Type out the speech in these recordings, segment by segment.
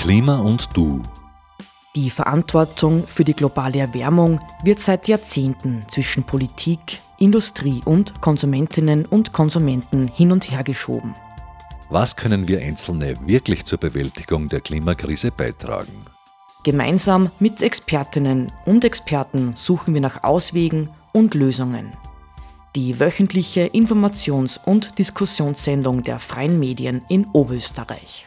Klima und Du. Die Verantwortung für die globale Erwärmung wird seit Jahrzehnten zwischen Politik, Industrie und Konsumentinnen und Konsumenten hin und her geschoben. Was können wir Einzelne wirklich zur Bewältigung der Klimakrise beitragen? Gemeinsam mit Expertinnen und Experten suchen wir nach Auswegen und Lösungen. Die wöchentliche Informations- und Diskussionssendung der Freien Medien in Oberösterreich.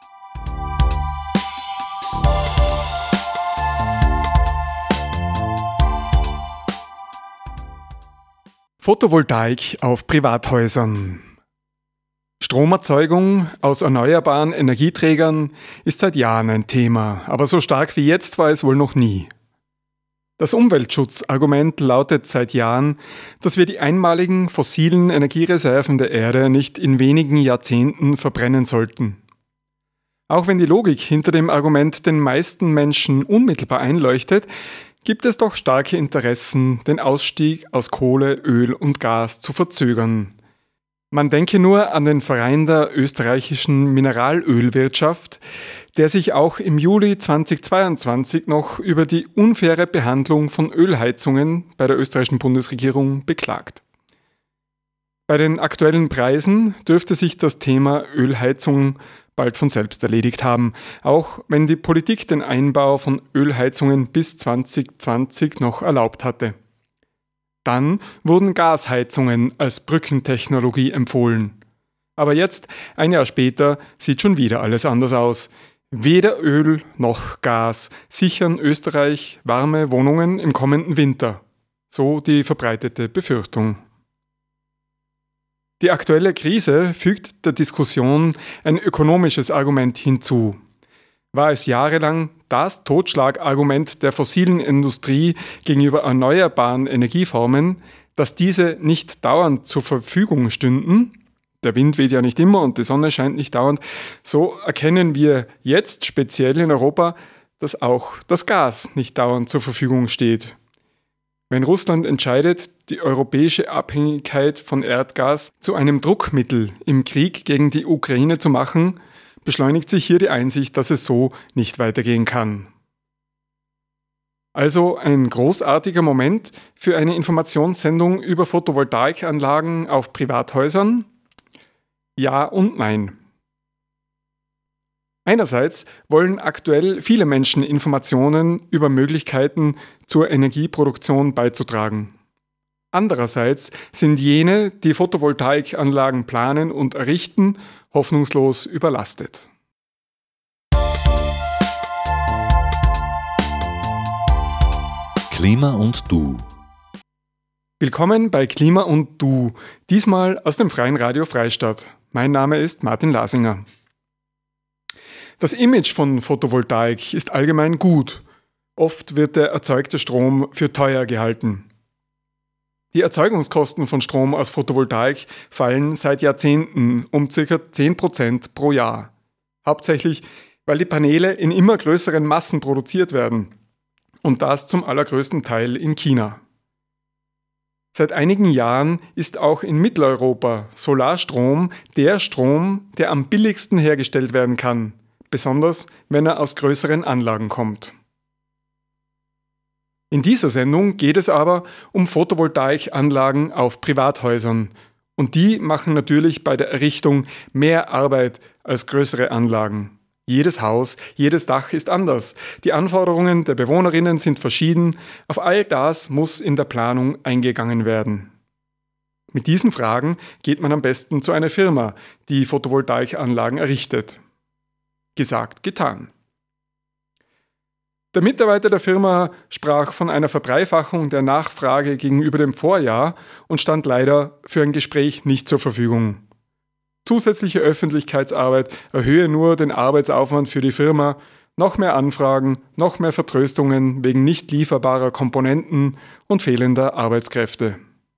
Photovoltaik auf Privathäusern. Stromerzeugung aus erneuerbaren Energieträgern ist seit Jahren ein Thema, aber so stark wie jetzt war es wohl noch nie. Das Umweltschutzargument lautet seit Jahren, dass wir die einmaligen fossilen Energiereserven der Erde nicht in wenigen Jahrzehnten verbrennen sollten. Auch wenn die Logik hinter dem Argument den meisten Menschen unmittelbar einleuchtet, gibt es doch starke Interessen, den Ausstieg aus Kohle, Öl und Gas zu verzögern. Man denke nur an den Verein der österreichischen Mineralölwirtschaft, der sich auch im Juli 2022 noch über die unfaire Behandlung von Ölheizungen bei der österreichischen Bundesregierung beklagt. Bei den aktuellen Preisen dürfte sich das Thema Ölheizung bald von selbst erledigt haben, auch wenn die Politik den Einbau von Ölheizungen bis 2020 noch erlaubt hatte. Dann wurden Gasheizungen als Brückentechnologie empfohlen. Aber jetzt, ein Jahr später, sieht schon wieder alles anders aus. Weder Öl noch Gas sichern Österreich warme Wohnungen im kommenden Winter. So die verbreitete Befürchtung. Die aktuelle Krise fügt der Diskussion ein ökonomisches Argument hinzu. War es jahrelang das Totschlagargument der fossilen Industrie gegenüber erneuerbaren Energieformen, dass diese nicht dauernd zur Verfügung stünden? Der Wind weht ja nicht immer und die Sonne scheint nicht dauernd. So erkennen wir jetzt speziell in Europa, dass auch das Gas nicht dauernd zur Verfügung steht. Wenn Russland entscheidet, die europäische Abhängigkeit von Erdgas zu einem Druckmittel im Krieg gegen die Ukraine zu machen, beschleunigt sich hier die Einsicht, dass es so nicht weitergehen kann. Also ein großartiger Moment für eine Informationssendung über Photovoltaikanlagen auf Privathäusern? Ja und nein. Einerseits wollen aktuell viele Menschen Informationen über Möglichkeiten zur Energieproduktion beizutragen. Andererseits sind jene, die Photovoltaikanlagen planen und errichten, hoffnungslos überlastet. Klima und Du. Willkommen bei Klima und Du, diesmal aus dem Freien Radio Freistadt. Mein Name ist Martin Lasinger. Das Image von Photovoltaik ist allgemein gut. Oft wird der erzeugte Strom für teuer gehalten. Die Erzeugungskosten von Strom aus Photovoltaik fallen seit Jahrzehnten um ca. 10% pro Jahr. Hauptsächlich, weil die Paneele in immer größeren Massen produziert werden. Und das zum allergrößten Teil in China. Seit einigen Jahren ist auch in Mitteleuropa Solarstrom der Strom, der am billigsten hergestellt werden kann, besonders wenn er aus größeren Anlagen kommt. In dieser Sendung geht es aber um Photovoltaikanlagen auf Privathäusern. Und die machen natürlich bei der Errichtung mehr Arbeit als größere Anlagen. Jedes Haus, jedes Dach ist anders. Die Anforderungen der Bewohnerinnen sind verschieden. Auf all das muss in der Planung eingegangen werden. Mit diesen Fragen geht man am besten zu einer Firma, die Photovoltaikanlagen errichtet. Gesagt, getan. Der Mitarbeiter der Firma sprach von einer Verdreifachung der Nachfrage gegenüber dem Vorjahr und stand leider für ein Gespräch nicht zur Verfügung. Zusätzliche Öffentlichkeitsarbeit erhöhe nur den Arbeitsaufwand für die Firma, noch mehr Anfragen, noch mehr Vertröstungen wegen nicht lieferbarer Komponenten und fehlender Arbeitskräfte.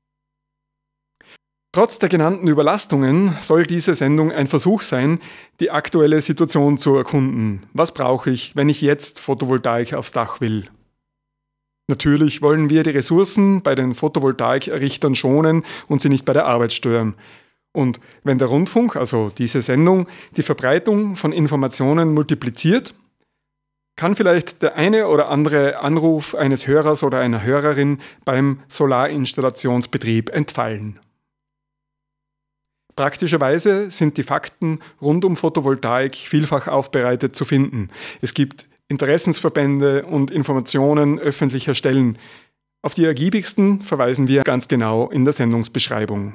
Trotz der genannten Überlastungen soll diese Sendung ein Versuch sein, die aktuelle Situation zu erkunden. Was brauche ich, wenn ich jetzt Photovoltaik aufs Dach will? Natürlich wollen wir die Ressourcen bei den Photovoltaikerrichtern schonen und sie nicht bei der Arbeit stören. Und wenn der Rundfunk, also diese Sendung, die Verbreitung von Informationen multipliziert, kann vielleicht der eine oder andere Anruf eines Hörers oder einer Hörerin beim Solarinstallationsbetrieb entfallen. Praktischerweise sind die Fakten rund um Photovoltaik vielfach aufbereitet zu finden. Es gibt Interessensverbände und Informationen öffentlicher Stellen. Auf die ergiebigsten verweisen wir ganz genau in der Sendungsbeschreibung.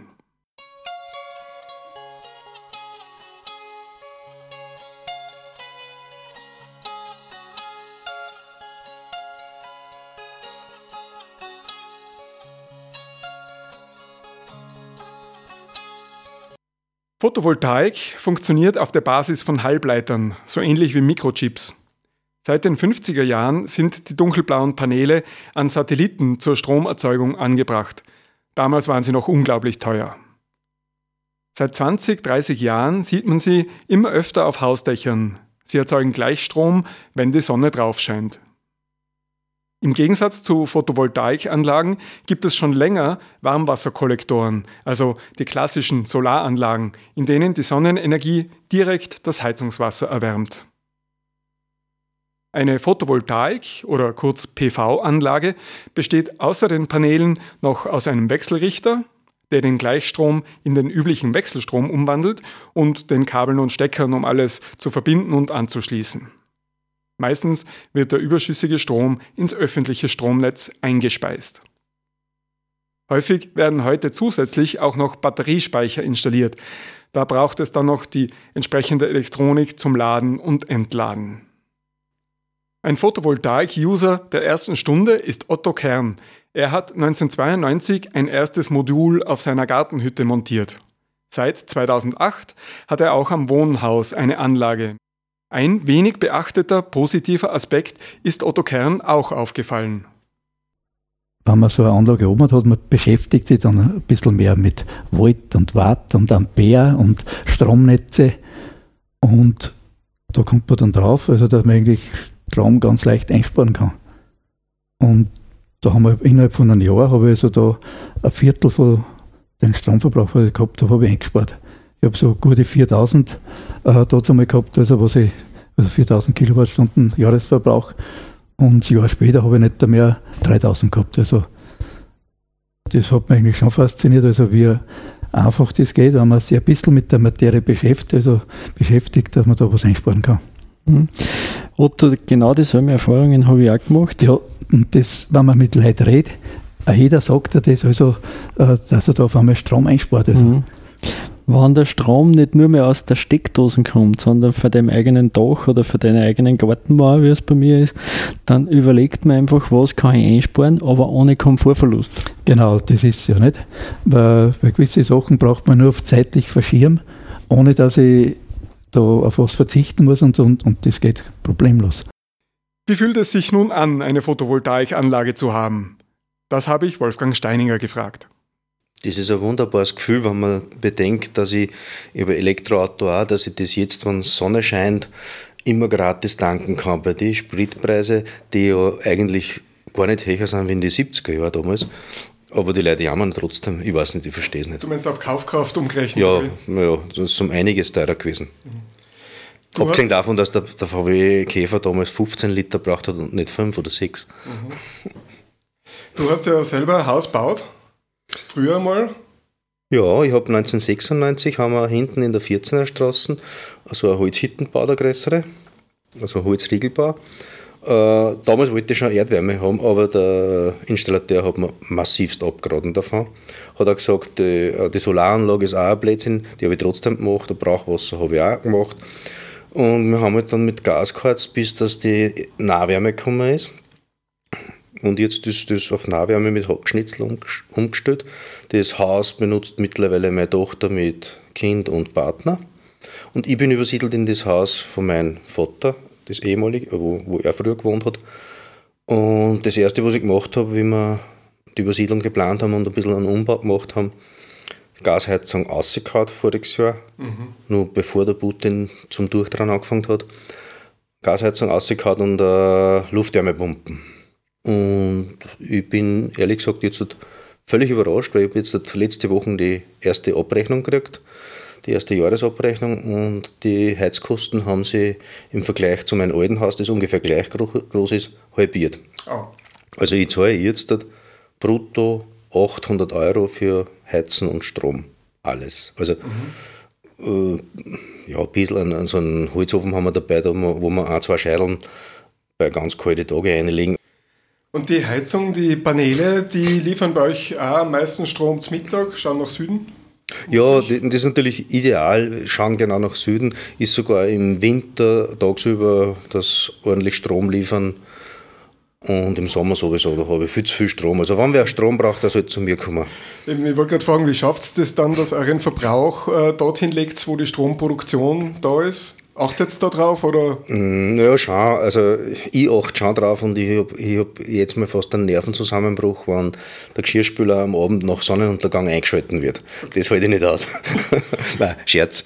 Photovoltaik funktioniert auf der Basis von Halbleitern, so ähnlich wie Mikrochips. Seit den 50er Jahren sind die dunkelblauen Paneele an Satelliten zur Stromerzeugung angebracht. Damals waren sie noch unglaublich teuer. Seit 20, 30 Jahren sieht man sie immer öfter auf Hausdächern. Sie erzeugen Gleichstrom, wenn die Sonne drauf scheint. Im Gegensatz zu Photovoltaikanlagen gibt es schon länger Warmwasserkollektoren, also die klassischen Solaranlagen, in denen die Sonnenenergie direkt das Heizungswasser erwärmt. Eine Photovoltaik- oder kurz PV-Anlage besteht außer den Paneelen noch aus einem Wechselrichter, der den Gleichstrom in den üblichen Wechselstrom umwandelt, und den Kabeln und Steckern, um alles zu verbinden und anzuschließen. Meistens wird der überschüssige Strom ins öffentliche Stromnetz eingespeist. Häufig werden heute zusätzlich auch noch Batteriespeicher installiert. Da braucht es dann noch die entsprechende Elektronik zum Laden und Entladen. Ein Photovoltaik-User der ersten Stunde ist Otto Kern. Er hat 1992 ein erstes Modul auf seiner Gartenhütte montiert. Seit 2008 hat er auch am Wohnhaus eine Anlage. Ein wenig beachteter positiver Aspekt ist Otto Kern auch aufgefallen. Wenn man so eine Anlage oben hat, man beschäftigt sich dann ein bisschen mehr mit Volt und Watt und Ampere und Stromnetze. Und da kommt man dann drauf, also dass man eigentlich Strom ganz leicht einsparen kann. Und da haben wir innerhalb von einem Jahr, habe ich also da ein Viertel von den Stromverbrauch, was ich gehabt habe, habe ich eingespart. Ich habe so gute 4000 dazu mal gehabt, also 4000 Kilowattstunden Jahresverbrauch. Und ein Jahr später habe ich nicht mehr 3000 gehabt. Also das hat mich eigentlich schon fasziniert, also wie einfach das geht, wenn man sich ein bisschen mit der Materie beschäftigt, dass man da was einsparen kann. Mhm. Otto, genau dieselben Erfahrungen habe ich auch gemacht. Ja, und das, wenn man mit Leuten redet, jeder sagt ja das, also, dass er da auf einmal Strom einspart. Also. Mhm. Wenn der Strom nicht nur mehr aus der Steckdose kommt, sondern von deinem eigenen Dach oder von deiner eigenen Gartenmauer, wie es bei mir ist, dann überlegt man einfach, was kann ich einsparen, aber ohne Komfortverlust. Genau, das ist es ja nicht. Weil gewisse Sachen braucht man nur auf zeitlich verschieben, ohne dass ich da auf was verzichten muss und das geht problemlos. Wie fühlt es sich nun an, eine Photovoltaikanlage zu haben? Das habe ich Wolfgang Steininger gefragt. Das ist ein wunderbares Gefühl, wenn man bedenkt, dass ich über Elektroauto auch, dass ich das jetzt, wenn Sonne scheint, immer gratis tanken kann. Bei den Spritpreisen, die ja eigentlich gar nicht höher sind wie in die 70er Jahre damals. Aber die Leute jammern trotzdem. Ich weiß nicht, ich verstehe es nicht. Du meinst auf Kaufkraft umgerechnet? Ja, das ist um einiges teurer gewesen. Abgesehen davon, dass der VW Käfer damals 15 Liter braucht hat und nicht 5 oder 6. Du hast ja selber ein Haus gebaut. Früher mal? Ja, ich habe 1996 haben wir hinten in der 14er Straße so eine Holzhütten gebaut, eine größere, also ein Holzriegelbau. Damals wollte ich schon Erdwärme haben, aber der Installateur hat mir massivst abgeraten davon. Hat auch gesagt, die Solaranlage ist auch ein Blödsinn, die habe ich trotzdem gemacht, der Brauchwasser habe ich auch gemacht. Und wir haben halt dann mit Gas geheizt, bis dass die Nahwärme gekommen ist. Und jetzt ist das auf Nahwärme mit Hackschnitzel umgestellt. Das Haus benutzt mittlerweile meine Tochter mit Kind und Partner. Und ich bin übersiedelt in das Haus von meinem Vater, das ehemalige, wo er früher gewohnt hat. Und das Erste, was ich gemacht habe, wie wir die Übersiedlung geplant haben und ein bisschen einen Umbau gemacht haben, die Gasheizung rausgehauen voriges Jahr, nur bevor der Putin zum Durchdrehen angefangen hat. Gasheizung rausgehauen und Luftwärmepumpen. Und ich bin ehrlich gesagt jetzt völlig überrascht, weil ich habe jetzt letzte Woche die erste Abrechnung gekriegt. die erste Jahresabrechnung, und die Heizkosten haben sie im Vergleich zu meinem alten Haus, das ungefähr gleich groß ist, halbiert. Oh. Also ich zahle jetzt brutto 800 € für Heizen und Strom. Alles. Also ja, ein bisschen an so einen Holzofen haben wir dabei, wo wir 1-2 Scheideln bei ganz kalten Tagen reinlegen. Und die Heizung, die Paneele, die liefern bei euch auch am meisten Strom zum Mittag, schauen nach Süden? Ja, das ist natürlich ideal, schauen genau nach Süden, ist sogar im Winter tagsüber das ordentlich Strom liefern. Und im Sommer sowieso, da habe ich viel zu viel Strom. Also wenn wer Strom braucht, der sollte zu mir kommen. Ich wollte gerade fragen, wie schafft es das dann, dass euren Verbrauch dorthin legt, wo die Stromproduktion da ist? Achtet ihr da drauf? Oder? Ja, schon. Also ich achte schon drauf, und ich hab jetzt mal fast einen Nervenzusammenbruch, wenn der Geschirrspüler am Abend nach Sonnenuntergang eingeschalten wird. Das halte ich nicht aus. Nein, Scherz.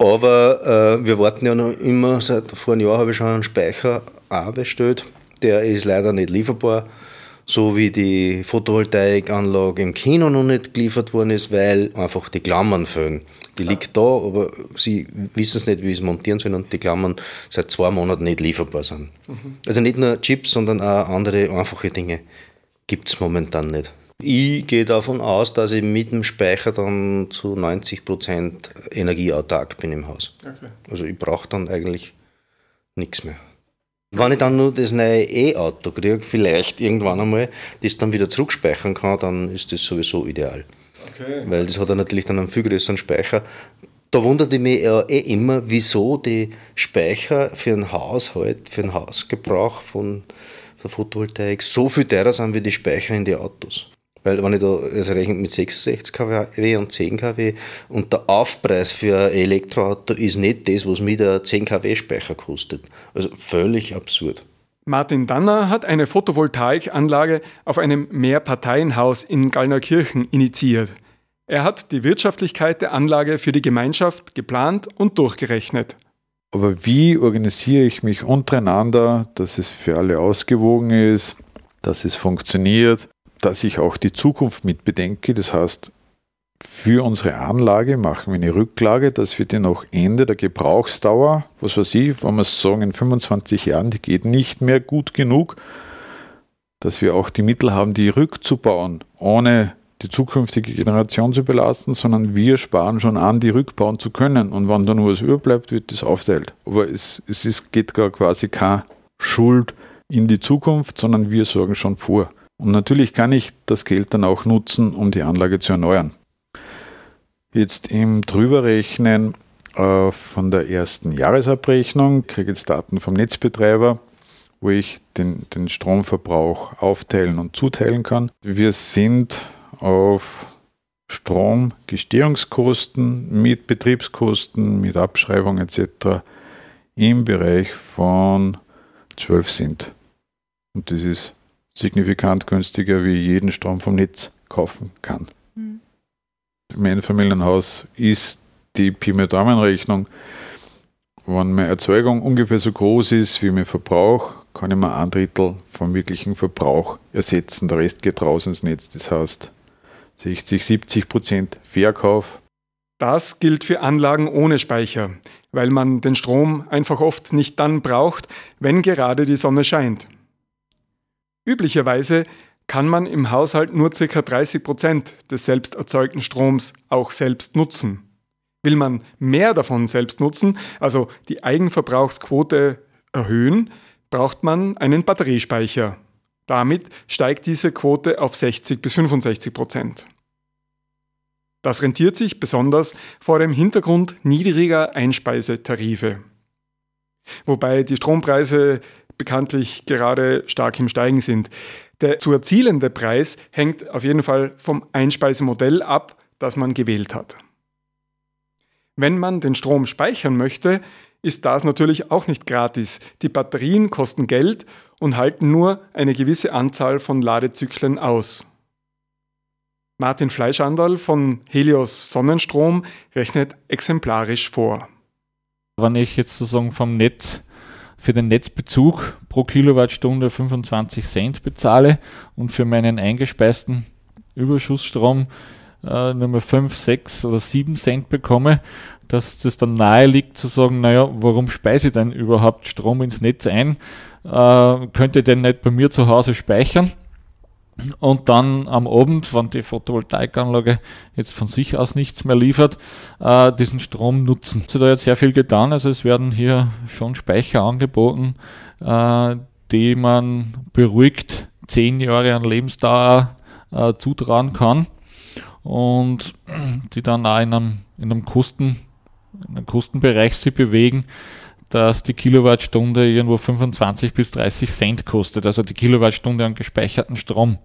Aber wir warten ja noch immer, seit vor einem Jahr habe ich schon einen Speicher auch bestellt. Der ist leider nicht lieferbar, so wie die Photovoltaikanlage im Kino noch nicht geliefert worden ist, weil einfach die Klammern fehlen. Die liegt da, aber sie wissen es nicht, wie sie es montieren sollen, und die Klammern seit 2 Monaten nicht lieferbar sind. Also nicht nur Chips, sondern auch andere einfache Dinge gibt es momentan nicht. Ich gehe davon aus, dass ich mit dem Speicher dann zu 90% energieautark bin im Haus. Okay. Also ich brauche dann eigentlich nichts mehr. Wenn ich dann nur das neue E-Auto kriege, vielleicht irgendwann einmal, das dann wieder zurückspeichern kann, dann ist das sowieso ideal. Okay. Weil das hat ja natürlich dann einen viel größeren Speicher. Da wundert ich mich ja immer, wieso die Speicher für einen Haushalt, für einen Hausgebrauch von der Photovoltaik so viel teurer sind wie die Speicher in die Autos. Weil wenn ich da rechne mit 66 kW und 10 kW, und der Aufpreis für ein Elektroauto ist nicht das, was mir der 10 kW Speicher kostet. Also völlig absurd. Martin Danner hat eine Photovoltaikanlage auf einem Mehrparteienhaus in Gallneukirchen initiiert. Er hat die Wirtschaftlichkeit der Anlage für die Gemeinschaft geplant und durchgerechnet. Aber wie organisiere ich mich untereinander, dass es für alle ausgewogen ist, dass es funktioniert, dass ich auch die Zukunft mit bedenke. Das heißt, für unsere Anlage machen wir eine Rücklage, dass wir die noch Ende der Gebrauchsdauer, was weiß ich, wenn wir sagen, in 25 Jahren, die geht nicht mehr gut genug, dass wir auch die Mittel haben, die rückzubauen, ohne die zukünftige Generation zu belasten, sondern wir sparen schon an, die rückbauen zu können. Und wenn da nur was überbleibt, wird das aufteilt. Aber geht gar quasi keine Schuld in die Zukunft, sondern wir sorgen schon vor. Und natürlich kann ich das Geld dann auch nutzen, um die Anlage zu erneuern. Jetzt im Drüberrechnen von der ersten Jahresabrechnung kriege ich jetzt Daten vom Netzbetreiber, wo ich den Stromverbrauch aufteilen und zuteilen kann. Wir sind auf Stromgestehungskosten mit Betriebskosten, mit Abschreibung etc. im Bereich von 12 Cent. Und das ist signifikant günstiger, wie ich jeden Strom vom Netz kaufen kann. Mhm. Im Einfamilienhaus ist die Pi mal Daumen-Rechnung, wenn meine Erzeugung ungefähr so groß ist wie mein Verbrauch, kann ich mir 1/3 vom wirklichen Verbrauch ersetzen. Der Rest geht raus ins Netz. Das heißt 60-70% Verkauf. Das gilt für Anlagen ohne Speicher, weil man den Strom einfach oft nicht dann braucht, wenn gerade die Sonne scheint. Üblicherweise kann man im Haushalt nur ca. 30% des selbst erzeugten Stroms auch selbst nutzen. Will man mehr davon selbst nutzen, also die Eigenverbrauchsquote erhöhen, braucht man einen Batteriespeicher. Damit steigt diese Quote auf 60-65%. Das rentiert sich besonders vor dem Hintergrund niedriger Einspeisetarife. Wobei die Strompreise bekanntlich gerade stark im Steigen sind. Der zu erzielende Preis hängt auf jeden Fall vom Einspeisemodell ab, das man gewählt hat. Wenn man den Strom speichern möchte, ist das natürlich auch nicht gratis. Die Batterien kosten Geld und halten nur eine gewisse Anzahl von Ladezyklen aus. Martin Fleischandl von Helios Sonnenstrom rechnet exemplarisch vor. Wenn ich jetzt sozusagen vom Netz für den Netzbezug pro Kilowattstunde 25 Cent bezahle und für meinen eingespeisten Überschussstrom nur mehr 5, 6 oder 7 Cent bekomme, dass das dann nahe liegt zu sagen, naja, warum speise ich denn überhaupt Strom ins Netz ein? Könnte ich den nicht bei mir zu Hause speichern? Und dann am Abend, wenn die Photovoltaikanlage jetzt von sich aus nichts mehr liefert, diesen Strom nutzen. Also da hat sehr viel getan. Also es werden hier schon Speicher angeboten, die man beruhigt 10 Jahre an Lebensdauer zutrauen kann und die dann auch in einem Kostenbereich sich bewegen, dass die Kilowattstunde irgendwo 25 bis 30 Cent kostet, also die Kilowattstunde an gespeicherten Strom.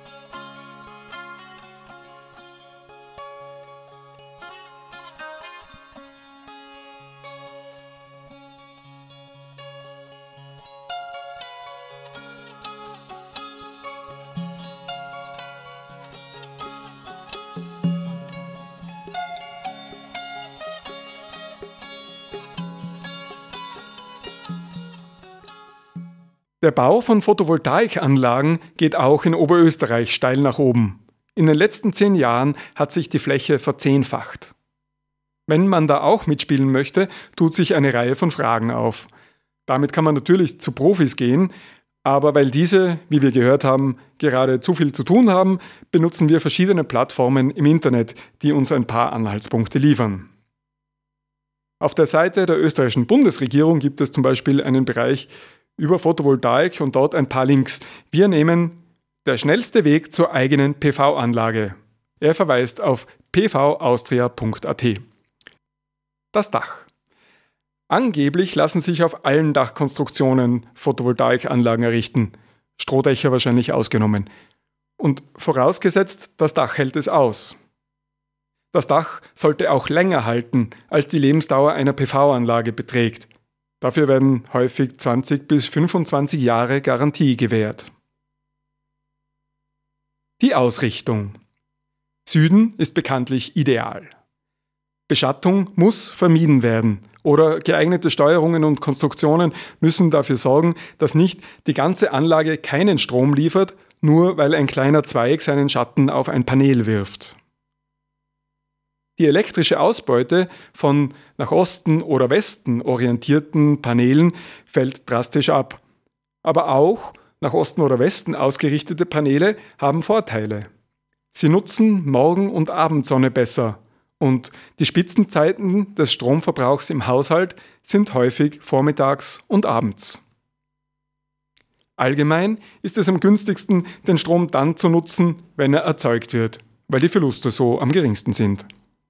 Der Bau von Photovoltaikanlagen geht auch in Oberösterreich steil nach oben. In den letzten 10 Jahren hat sich die Fläche verzehnfacht. Wenn man da auch mitspielen möchte, tut sich eine Reihe von Fragen auf. Damit kann man natürlich zu Profis gehen, aber weil diese, wie wir gehört haben, gerade zu viel zu tun haben, benutzen wir verschiedene Plattformen im Internet, die uns ein paar Anhaltspunkte liefern. Auf der Seite der österreichischen Bundesregierung gibt es zum Beispiel einen Bereich über Photovoltaik und dort ein paar Links. Wir nehmen der schnellste Weg zur eigenen PV-Anlage. Er verweist auf pvaustria.at. Das Dach. Angeblich lassen sich auf allen Dachkonstruktionen Photovoltaikanlagen errichten, Strohdächer wahrscheinlich ausgenommen. Und vorausgesetzt, das Dach hält es aus. Das Dach sollte auch länger halten, als die Lebensdauer einer PV-Anlage beträgt. Dafür werden häufig 20 bis 25 Jahre Garantie gewährt. Die Ausrichtung. Süden ist bekanntlich ideal. Beschattung muss vermieden werden oder geeignete Steuerungen und Konstruktionen müssen dafür sorgen, dass nicht die ganze Anlage keinen Strom liefert, nur weil ein kleiner Zweig seinen Schatten auf ein Panel wirft. Die elektrische Ausbeute von nach Osten oder Westen orientierten Paneelen fällt drastisch ab. Aber auch nach Osten oder Westen ausgerichtete Paneele haben Vorteile. Sie nutzen Morgen- und Abendsonne besser und die Spitzenzeiten des Stromverbrauchs im Haushalt sind häufig vormittags und abends. Allgemein ist es am günstigsten, den Strom dann zu nutzen, wenn er erzeugt wird, weil die Verluste so am geringsten sind.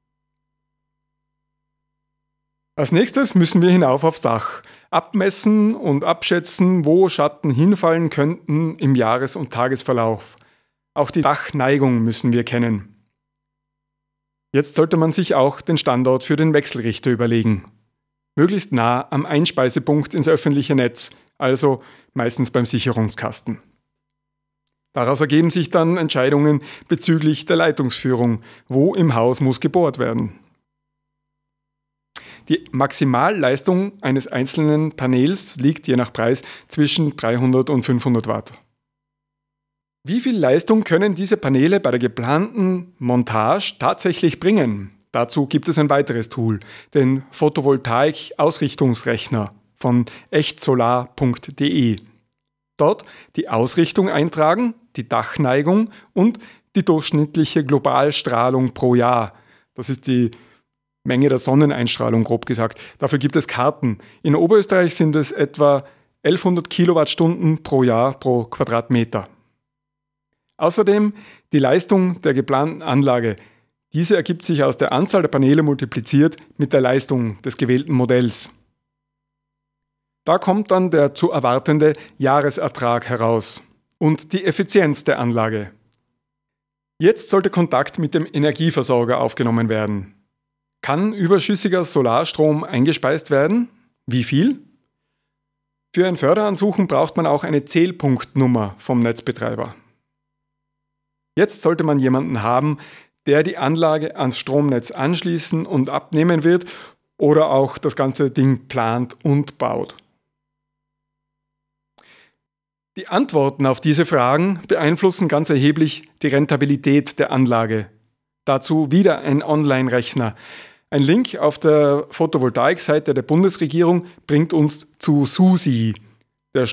Als nächstes müssen wir hinauf aufs Dach, abmessen und abschätzen, wo Schatten hinfallen könnten im Jahres- und Tagesverlauf. Auch die Dachneigung müssen wir kennen. Jetzt sollte man sich auch den Standort für den Wechselrichter überlegen. Möglichst nah am Einspeisepunkt ins öffentliche Netz, also meistens beim Sicherungskasten. Daraus ergeben sich dann Entscheidungen bezüglich der Leitungsführung, wo im Haus muss gebohrt werden. Die Maximalleistung eines einzelnen Panels liegt je nach Preis zwischen 300 und 500 Watt. Wie viel Leistung können diese Paneele bei der geplanten Montage tatsächlich bringen? Dazu gibt es ein weiteres Tool, den Photovoltaik-Ausrichtungsrechner von echtsolar.de. Dort die Ausrichtung eintragen, die Dachneigung und die durchschnittliche Globalstrahlung pro Jahr. Das ist die Menge der Sonneneinstrahlung, grob gesagt. Dafür gibt es Karten. In Oberösterreich sind es etwa 1100 Kilowattstunden pro Jahr pro Quadratmeter. Außerdem die Leistung der geplanten Anlage. Diese ergibt sich aus der Anzahl der Paneele multipliziert mit der Leistung des gewählten Modells. Da kommt dann der zu erwartende Jahresertrag heraus und die Effizienz der Anlage. Jetzt sollte Kontakt mit dem Energieversorger aufgenommen werden. Kann überschüssiger Solarstrom eingespeist werden? Wie viel? Für ein Förderansuchen braucht man auch eine Zählpunktnummer vom Netzbetreiber. Jetzt sollte man jemanden haben, der die Anlage ans Stromnetz anschließen und abnehmen wird oder auch das ganze Ding plant und baut. Die Antworten auf diese Fragen beeinflussen ganz erheblich die Rentabilität der Anlage. Dazu wieder ein Online-Rechner. Ein Link auf der Photovoltaik-Seite der Bundesregierung bringt uns zu SUSI, der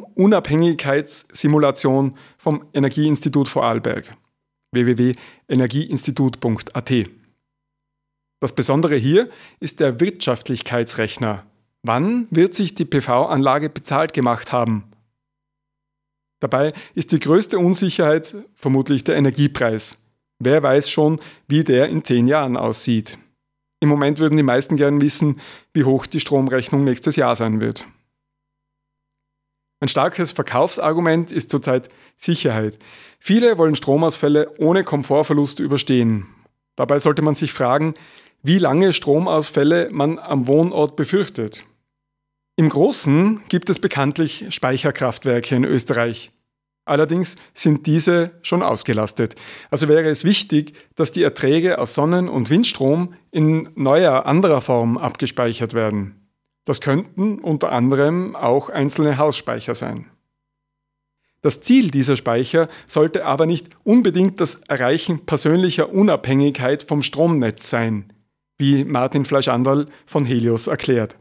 Stromunabhängigkeitssimulation vom Energieinstitut Vorarlberg. www.energieinstitut.at. Das Besondere hier ist der Wirtschaftlichkeitsrechner. Wann wird sich die PV-Anlage bezahlt gemacht haben? Dabei ist die größte Unsicherheit vermutlich der Energiepreis. Wer weiß schon, wie der in 10 Jahren aussieht. Im Moment würden die meisten gern wissen, wie hoch die Stromrechnung nächstes Jahr sein wird. Ein starkes Verkaufsargument ist zurzeit Sicherheit. Viele wollen Stromausfälle ohne Komfortverluste überstehen. Dabei sollte man sich fragen, wie lange Stromausfälle man am Wohnort befürchtet. Im Großen gibt es bekanntlich Speicherkraftwerke in Österreich. Allerdings sind diese schon ausgelastet. Also wäre es wichtig, dass die Erträge aus Sonnen- und Windstrom in neuer, anderer Form abgespeichert werden. Das könnten unter anderem auch einzelne Hausspeicher sein. Das Ziel dieser Speicher sollte aber nicht unbedingt das Erreichen persönlicher Unabhängigkeit vom Stromnetz sein, wie Martin Fleischandl von Helios erklärt.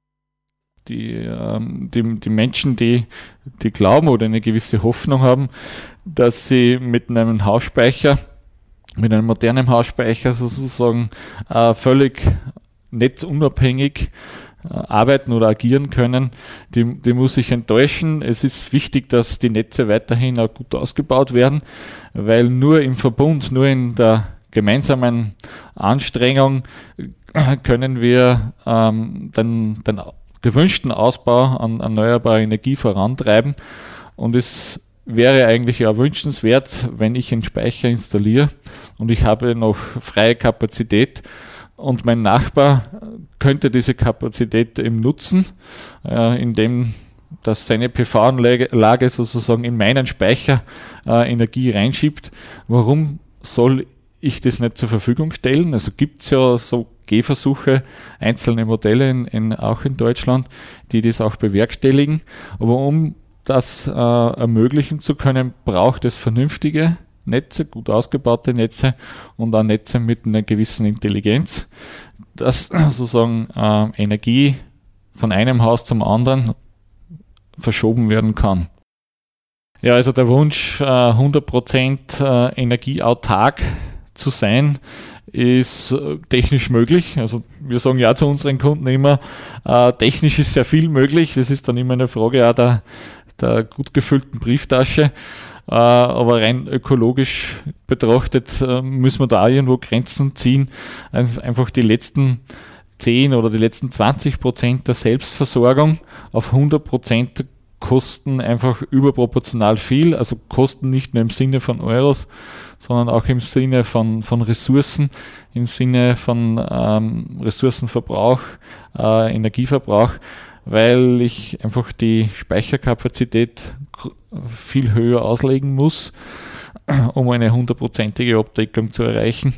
Die Menschen, die glauben oder eine gewisse Hoffnung haben, dass sie mit einem Hausspeicher, mit einem modernen Hausspeicher sozusagen völlig netzunabhängig arbeiten oder agieren können, die muss ich enttäuschen. Es ist wichtig, dass die Netze weiterhin auch gut ausgebaut werden, weil nur im Verbund, nur in der gemeinsamen Anstrengung können wir den gewünschten Ausbau an erneuerbarer Energie vorantreiben. Und es wäre eigentlich auch wünschenswert, wenn ich einen Speicher installiere und ich habe noch freie Kapazität und mein Nachbar könnte diese Kapazität eben nutzen, indem dass seine PV-Anlage sozusagen in meinen Speicher Energie reinschiebt. Warum soll ich das nicht zur Verfügung stellen? Also gibt es ja so Gehversuche, einzelne Modelle auch in Deutschland, die das auch bewerkstelligen. Aber um das ermöglichen zu können, braucht es vernünftige Netze, gut ausgebaute Netze und auch Netze mit einer gewissen Intelligenz, dass sozusagen Energie von einem Haus zum anderen verschoben werden kann. Ja, also der Wunsch, 100% energieautark zu sein, ist technisch möglich. Also wir sagen ja zu unseren Kunden immer, technisch ist sehr viel möglich. Das ist dann immer eine Frage auch der gut gefüllten Brieftasche. Aber rein ökologisch betrachtet müssen wir da auch irgendwo Grenzen ziehen. Einfach die letzten 10 oder die letzten 20% der Selbstversorgung auf 100% kosten einfach überproportional viel. Also kosten nicht nur im Sinne von Euros, sondern auch im Sinne von Ressourcen, im Sinne von Ressourcenverbrauch, Energieverbrauch, weil ich einfach die Speicherkapazität viel höher auslegen muss, um eine 100%ige Abdeckung zu erreichen.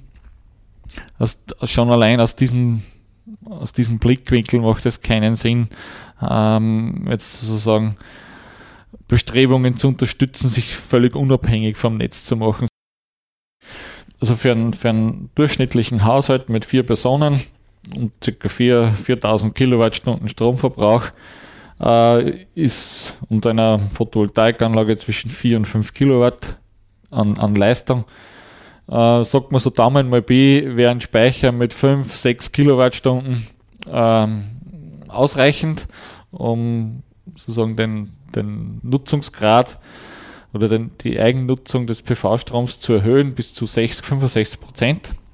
Schon allein aus diesem Blickwinkel macht es keinen Sinn, jetzt sozusagen Bestrebungen zu unterstützen, sich völlig unabhängig vom Netz zu machen. Also für einen durchschnittlichen Haushalt mit 4 Personen und ca. 4.000 Kilowattstunden Stromverbrauch ist unter einer Photovoltaikanlage zwischen 4 und 5 Kilowatt an Leistung. Sagt man so Daumen mal B, wäre ein Speicher mit 5, 6 Kilowattstunden ausreichend, um sozusagen den Nutzungsgrad oder die Eigennutzung des PV-Stroms zu erhöhen bis zu 65%.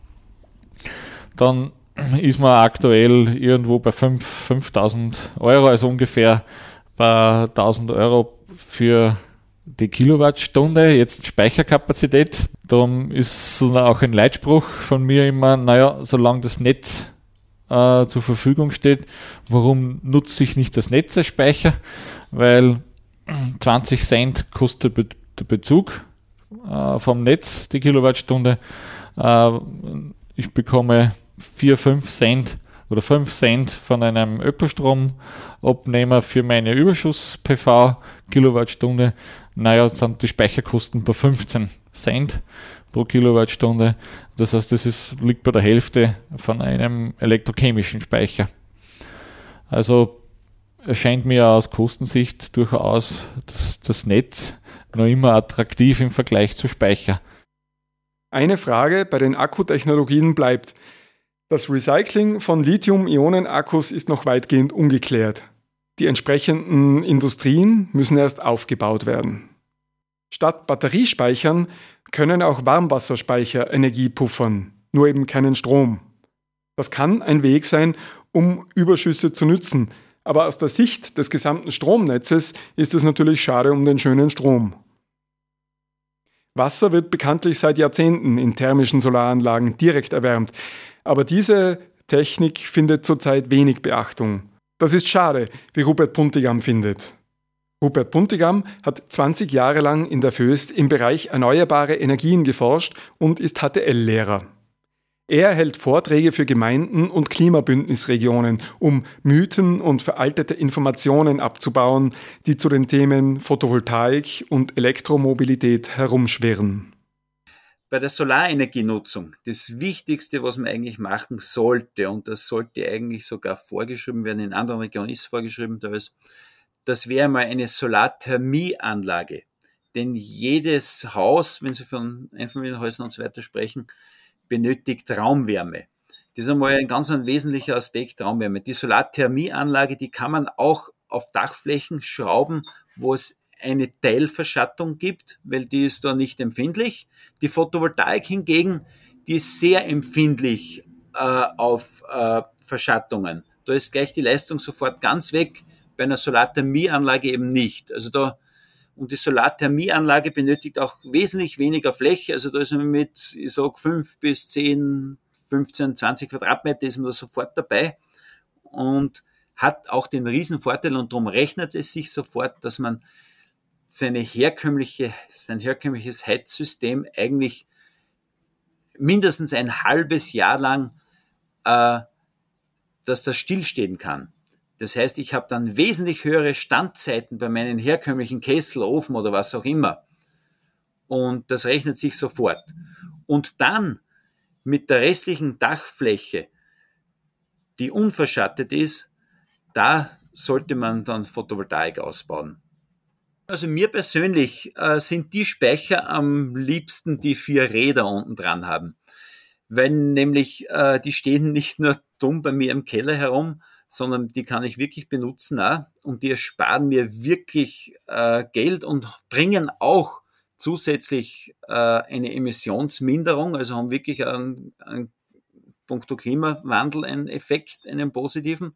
Dann ist man aktuell irgendwo bei 5.000 Euro, also ungefähr bei 1.000 Euro für die Kilowattstunde, jetzt Speicherkapazität. Darum ist auch ein Leitspruch von mir immer, solange das Netz zur Verfügung steht, warum nutze ich nicht das Netz als Speicher? Weil 20 Cent kostet der Bezug vom Netz, die Kilowattstunde. Ich bekomme 4, 5 Cent oder 5 Cent von einem Ökostromabnehmer für meine Überschuss-PV-Kilowattstunde. Sind die Speicherkosten bei 15 Cent pro Kilowattstunde. Das heißt, liegt bei der Hälfte von einem elektrochemischen Speicher. Also erscheint mir aus Kostensicht durchaus das Netz noch immer attraktiv im Vergleich zu Speicher. Eine Frage bei den Akkutechnologien bleibt: Das Recycling von Lithium-Ionen-Akkus ist noch weitgehend ungeklärt. Die entsprechenden Industrien müssen erst aufgebaut werden. Statt Batteriespeichern können auch Warmwasserspeicher Energie puffern, nur eben keinen Strom. Das kann ein Weg sein, um Überschüsse zu nützen, aber aus der Sicht des gesamten Stromnetzes ist es natürlich schade um den schönen Strom. Wasser wird bekanntlich seit Jahrzehnten in thermischen Solaranlagen direkt erwärmt, aber diese Technik findet zurzeit wenig Beachtung. Das ist schade, wie Rupert Puntigam findet. Rupert Puntigam hat 20 Jahre lang in der Föst im Bereich erneuerbare Energien geforscht und ist HTL-Lehrer. Er hält Vorträge für Gemeinden und Klimabündnisregionen, um Mythen und veraltete Informationen abzubauen, die zu den Themen Photovoltaik und Elektromobilität herumschwirren. Bei der Solarenergienutzung, das Wichtigste, was man eigentlich machen sollte, und das sollte eigentlich sogar vorgeschrieben werden, in anderen Regionen ist vorgeschrieben, das wäre mal eine Solarthermieanlage. Denn jedes Haus, wenn Sie von Einfamilienhäusern und so weiter sprechen, benötigt Raumwärme. Das ist einmal ein ganz wesentlicher Aspekt, Raumwärme. Die Solarthermieanlage, die kann man auch auf Dachflächen schrauben, wo es eine Teilverschattung gibt, weil die ist da nicht empfindlich. Die Photovoltaik hingegen, die ist sehr empfindlich auf Verschattungen. Da ist gleich die Leistung sofort ganz weg, bei einer Solarthermieanlage eben nicht. Und die Solarthermieanlage benötigt auch wesentlich weniger Fläche, also da ist man mit, ich sag 5 bis 10, 15, 20 Quadratmeter ist man da sofort dabei und hat auch den Riesenvorteil, und darum rechnet es sich sofort, dass man sein herkömmliches Heizsystem eigentlich mindestens ein halbes Jahr lang, dass das stillstehen kann. Das heißt, ich habe dann wesentlich höhere Standzeiten bei meinen herkömmlichen Kessel, Ofen oder was auch immer. Und das rechnet sich sofort. Und dann mit der restlichen Dachfläche, die unverschattet ist, da sollte man dann Photovoltaik ausbauen. Also mir persönlich sind die Speicher am liebsten, die 4 Räder unten dran haben. Weil nämlich die stehen nicht nur dumm bei mir im Keller herum, sondern die kann ich wirklich benutzen auch, und die ersparen mir wirklich Geld und bringen auch zusätzlich eine Emissionsminderung, also haben wirklich einen puncto Klimawandel einen Effekt, einen positiven.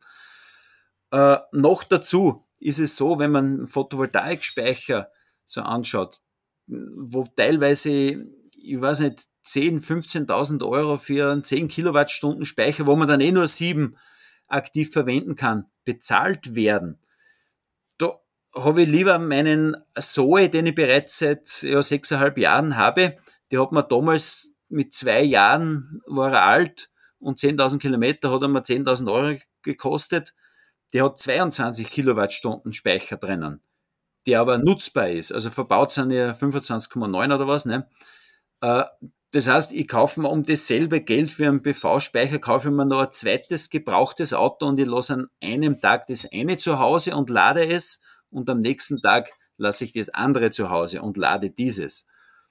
Noch dazu ist es so, wenn man Photovoltaikspeicher so anschaut, wo teilweise, ich weiß nicht, 10.000, 15.000 Euro für einen 10 Kilowattstunden Speicher, wo man dann nur 7 aktiv verwenden kann, bezahlt werden. Da habe ich lieber meinen Zoe, den ich bereits seit 6,5 Jahren habe. Der hat mir damals mit 2 Jahren, war er alt, und 10.000 Kilometer hat er mir 10.000 Euro gekostet. Der hat 22 Kilowattstunden Speicher drinnen, der aber nutzbar ist. Also verbaut sind ja 25,9 oder was, ne? Das heißt, ich kaufe mir um dasselbe Geld für einen PV-Speicher, kaufe ich mir noch ein zweites gebrauchtes Auto und ich lasse an einem Tag das eine zu Hause und lade es, und am nächsten Tag lasse ich das andere zu Hause und lade dieses.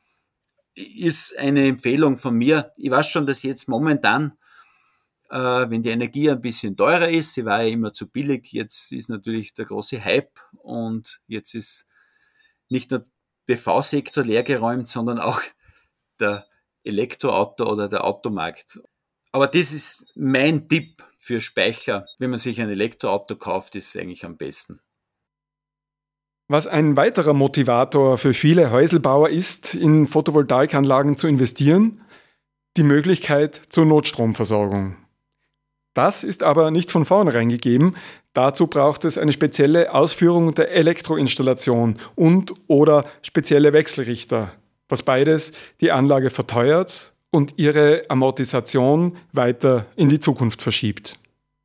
Ist eine Empfehlung von mir. Ich weiß schon, dass jetzt momentan, wenn die Energie ein bisschen teurer ist, sie war ja immer zu billig, jetzt ist natürlich der große Hype und jetzt ist nicht nur der PV-Sektor leergeräumt, sondern auch der Elektroauto oder der Automarkt. Aber das ist mein Tipp für Speicher. Wenn man sich ein Elektroauto kauft, ist es eigentlich am besten. Was ein weiterer Motivator für viele Häuselbauer ist, in Photovoltaikanlagen zu investieren, die Möglichkeit zur Notstromversorgung. Das ist aber nicht von vornherein gegeben. Dazu braucht es eine spezielle Ausführung der Elektroinstallation und/oder spezielle Wechselrichter, was beides die Anlage verteuert und ihre Amortisation weiter in die Zukunft verschiebt.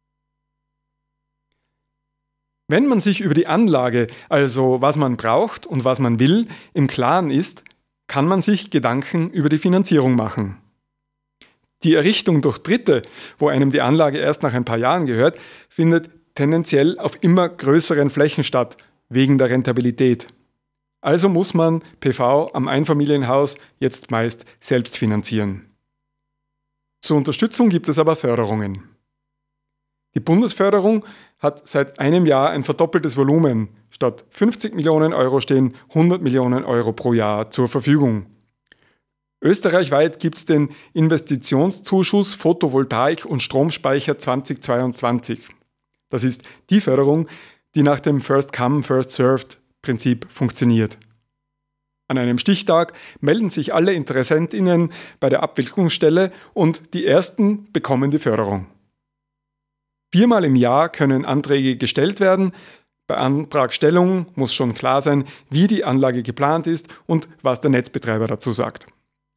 Wenn man sich über die Anlage, also was man braucht und was man will, im Klaren ist, kann man sich Gedanken über die Finanzierung machen. Die Errichtung durch Dritte, wo einem die Anlage erst nach ein paar Jahren gehört, findet tendenziell auf immer größeren Flächen statt, wegen der Rentabilität. Also muss man PV am Einfamilienhaus jetzt meist selbst finanzieren. Zur Unterstützung gibt es aber Förderungen. Die Bundesförderung hat seit einem Jahr ein verdoppeltes Volumen. Statt 50 Millionen Euro stehen 100 Millionen Euro pro Jahr zur Verfügung. Österreichweit gibt es den Investitionszuschuss Photovoltaik und Stromspeicher 2022. Das ist die Förderung, die nach dem First-Come, First-Served-Prinzip funktioniert. An einem Stichtag melden sich alle InteressentInnen bei der Abwicklungsstelle und die ersten bekommen die Förderung. 4-mal im Jahr können Anträge gestellt werden. Bei Antragstellung muss schon klar sein, wie die Anlage geplant ist und was der Netzbetreiber dazu sagt.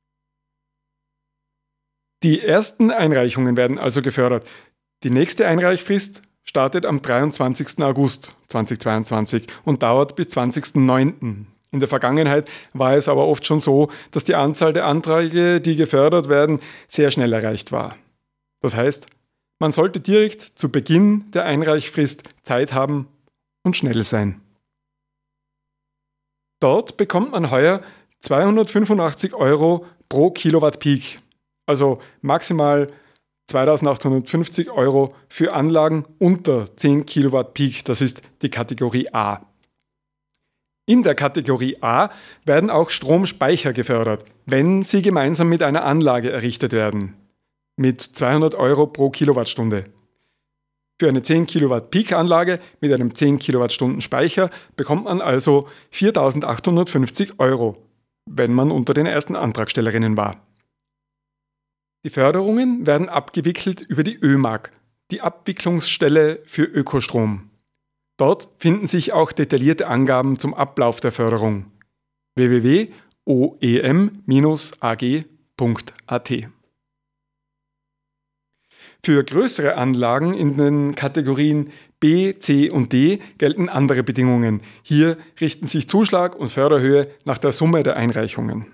Die ersten Einreichungen werden also gefördert. Die nächste Einreichfrist startet am 23. August 2022 und dauert bis 20.09. In der Vergangenheit war es aber oft schon so, dass die Anzahl der Anträge, die gefördert werden, sehr schnell erreicht war. Das heißt, man sollte direkt zu Beginn der Einreichfrist Zeit haben und schnell sein. Dort bekommt man heuer 285 Euro pro Kilowatt Peak, also maximal 2.850 Euro für Anlagen unter 10 Kilowatt Peak, das ist die Kategorie A. In der Kategorie A werden auch Stromspeicher gefördert, wenn sie gemeinsam mit einer Anlage errichtet werden, mit 200 Euro pro Kilowattstunde. Für eine 10 Kilowatt Peak-Anlage mit einem 10 Kilowattstunden Speicher bekommt man also 4.850 Euro, wenn man unter den ersten Antragstellerinnen war. Die Förderungen werden abgewickelt über die ÖMAG, die Abwicklungsstelle für Ökostrom. Dort finden sich auch detaillierte Angaben zum Ablauf der Förderung. www.oem-ag.at. Für größere Anlagen in den Kategorien B, C und D gelten andere Bedingungen. Hier richten sich Zuschlag und Förderhöhe nach der Summe der Einreichungen.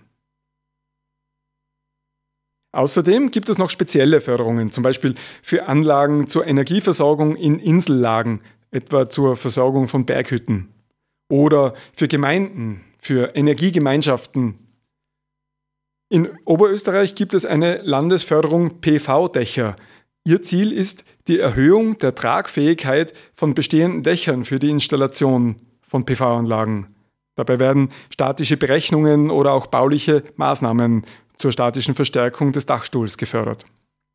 Außerdem gibt es noch spezielle Förderungen, zum Beispiel für Anlagen zur Energieversorgung in Insellagen, etwa zur Versorgung von Berghütten. Oder für Gemeinden, für Energiegemeinschaften. In Oberösterreich gibt es eine Landesförderung PV-Dächer. Ihr Ziel ist die Erhöhung der Tragfähigkeit von bestehenden Dächern für die Installation von PV-Anlagen. Dabei werden statische Berechnungen oder auch bauliche Maßnahmen zur statischen Verstärkung des Dachstuhls gefördert.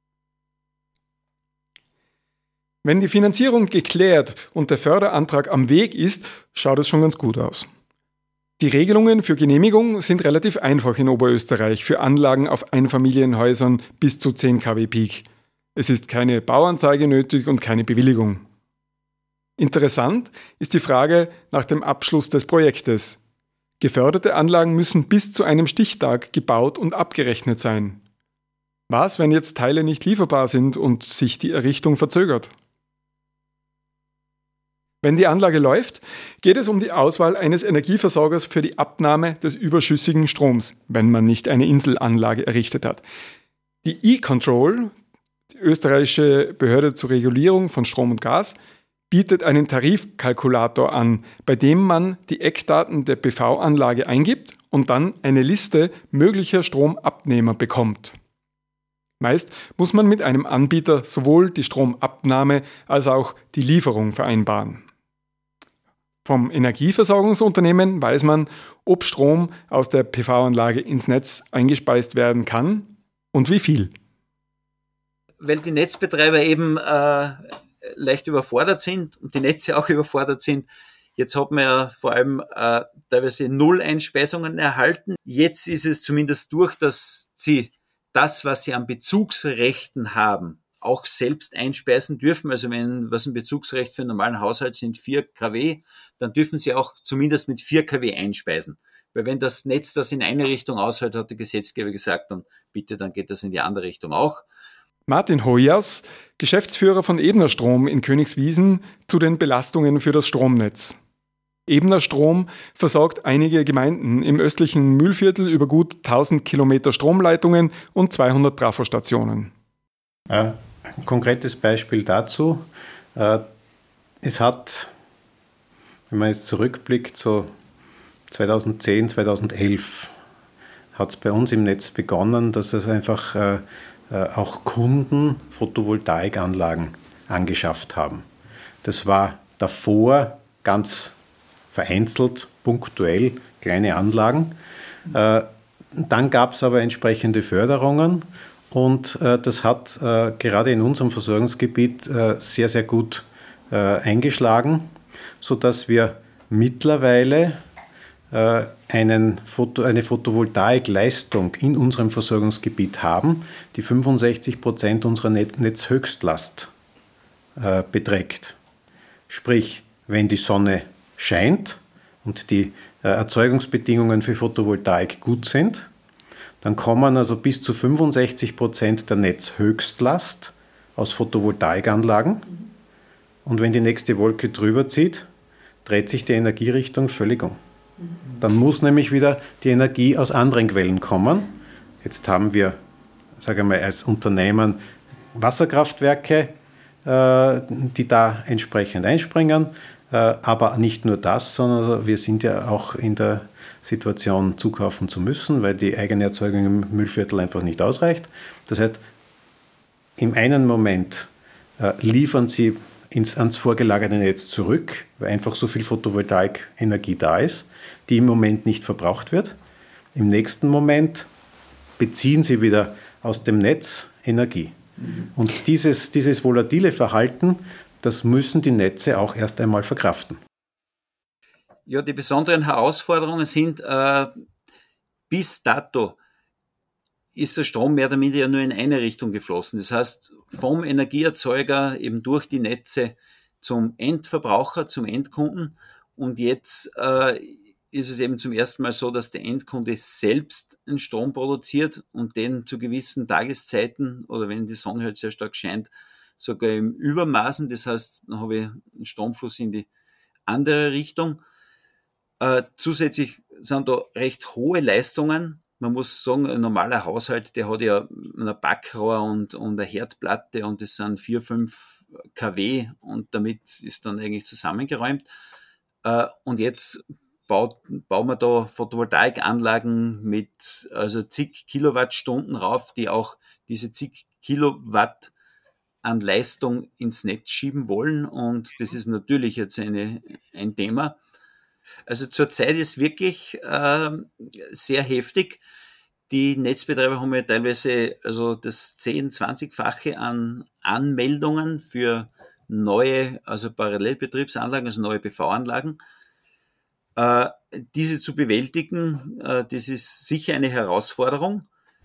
Wenn die Finanzierung geklärt und der Förderantrag am Weg ist, schaut es schon ganz gut aus. Die Regelungen für Genehmigung sind relativ einfach in Oberösterreich für Anlagen auf Einfamilienhäusern bis zu 10 kW Peak. Es ist keine Bauanzeige nötig und keine Bewilligung. Interessant ist die Frage nach dem Abschluss des Projektes. Geförderte Anlagen müssen bis zu einem Stichtag gebaut und abgerechnet sein. Was, wenn jetzt Teile nicht lieferbar sind und sich die Errichtung verzögert? Wenn die Anlage läuft, geht es um die Auswahl eines Energieversorgers für die Abnahme des überschüssigen Stroms, wenn man nicht eine Inselanlage errichtet hat. Die E-Control, die österreichische Behörde zur Regulierung von Strom und Gas, bietet einen Tarifkalkulator an, bei dem man die Eckdaten der PV-Anlage eingibt und dann eine Liste möglicher Stromabnehmer bekommt. Meist muss man mit einem Anbieter sowohl die Stromabnahme als auch die Lieferung vereinbaren. Vom Energieversorgungsunternehmen weiß man, ob Strom aus der PV-Anlage ins Netz eingespeist werden kann und wie viel. Weil die Netzbetreiber eben leicht überfordert sind und die Netze auch überfordert sind. Jetzt hat man ja vor allem teilweise 0 Einspeisungen erhalten. Jetzt ist es zumindest durch, dass sie das, was sie an Bezugsrechten haben, auch selbst einspeisen dürfen. Also wenn was ein Bezugsrecht für einen normalen Haushalt sind 4 kW, dann dürfen sie auch zumindest mit 4 kW einspeisen. Weil wenn das Netz das in eine Richtung aushält, hat der Gesetzgeber gesagt, dann bitte, dann geht das in die andere Richtung auch. Martin Hoyers, Geschäftsführer von Ebner Strom in Königswiesen, zu den Belastungen für das Stromnetz. Ebener Strom versorgt einige Gemeinden im östlichen Mühlviertel über gut 1000 Kilometer Stromleitungen und 200 Trafostationen. Ein konkretes Beispiel dazu. Es hat, wenn man jetzt zurückblickt, so 2010, 2011 hat es bei uns im Netz begonnen, dass es einfach auch Kunden Photovoltaikanlagen angeschafft haben. Das war davor ganz vereinzelt, punktuell, kleine Anlagen. Dann gab es aber entsprechende Förderungen und das hat gerade in unserem Versorgungsgebiet sehr, sehr gut eingeschlagen, sodass wir mittlerweile eine Photovoltaikleistung in unserem Versorgungsgebiet haben, die 65% unserer Netzhöchstlast beträgt. Sprich, wenn die Sonne scheint und die Erzeugungsbedingungen für Photovoltaik gut sind, dann kommen also bis zu 65% der Netzhöchstlast aus Photovoltaikanlagen. Und wenn die nächste Wolke drüber zieht, dreht sich die Energierichtung völlig um. Dann muss nämlich wieder die Energie aus anderen Quellen kommen. Jetzt haben wir, sage ich mal, als Unternehmen Wasserkraftwerke, die da entsprechend einspringen. Aber nicht nur das, sondern wir sind ja auch in der Situation, zukaufen zu müssen, weil die eigene Erzeugung im Mühlviertel einfach nicht ausreicht. Das heißt, im einen Moment liefern sie ans vorgelagerte Netz zurück, weil einfach so viel Photovoltaik-Energie da ist, die im Moment nicht verbraucht wird. Im nächsten Moment beziehen sie wieder aus dem Netz Energie. Und dieses volatile Verhalten, das müssen die Netze auch erst einmal verkraften. Ja, die besonderen Herausforderungen sind, bis dato ist der Strom mehr oder minder ja nur in eine Richtung geflossen. Das heißt, vom Energieerzeuger eben durch die Netze zum Endverbraucher, zum Endkunden. Und jetzt ist es eben zum ersten Mal so, dass der Endkunde selbst einen Strom produziert und den zu gewissen Tageszeiten oder wenn die Sonne halt sehr stark scheint, sogar im Übermaßen. Das heißt, dann habe ich einen Stromfluss in die andere Richtung. Zusätzlich sind da recht hohe Leistungen. Man muss sagen, ein normaler Haushalt, der hat ja ein Backrohr und eine Herdplatte und das sind 4-5 kW und damit ist dann eigentlich zusammengeräumt. Und jetzt bauen wir da Photovoltaikanlagen mit also zig Kilowattstunden rauf, die auch diese zig Kilowatt an Leistung ins Netz schieben wollen und das ist natürlich jetzt ein Thema. Also zurzeit ist wirklich sehr heftig. Die Netzbetreiber haben ja teilweise also das 10-20-fache an Anmeldungen für neue, also Parallelbetriebsanlagen, also neue PV-Anlagen. Diese zu bewältigen, das ist sicher eine Herausforderung.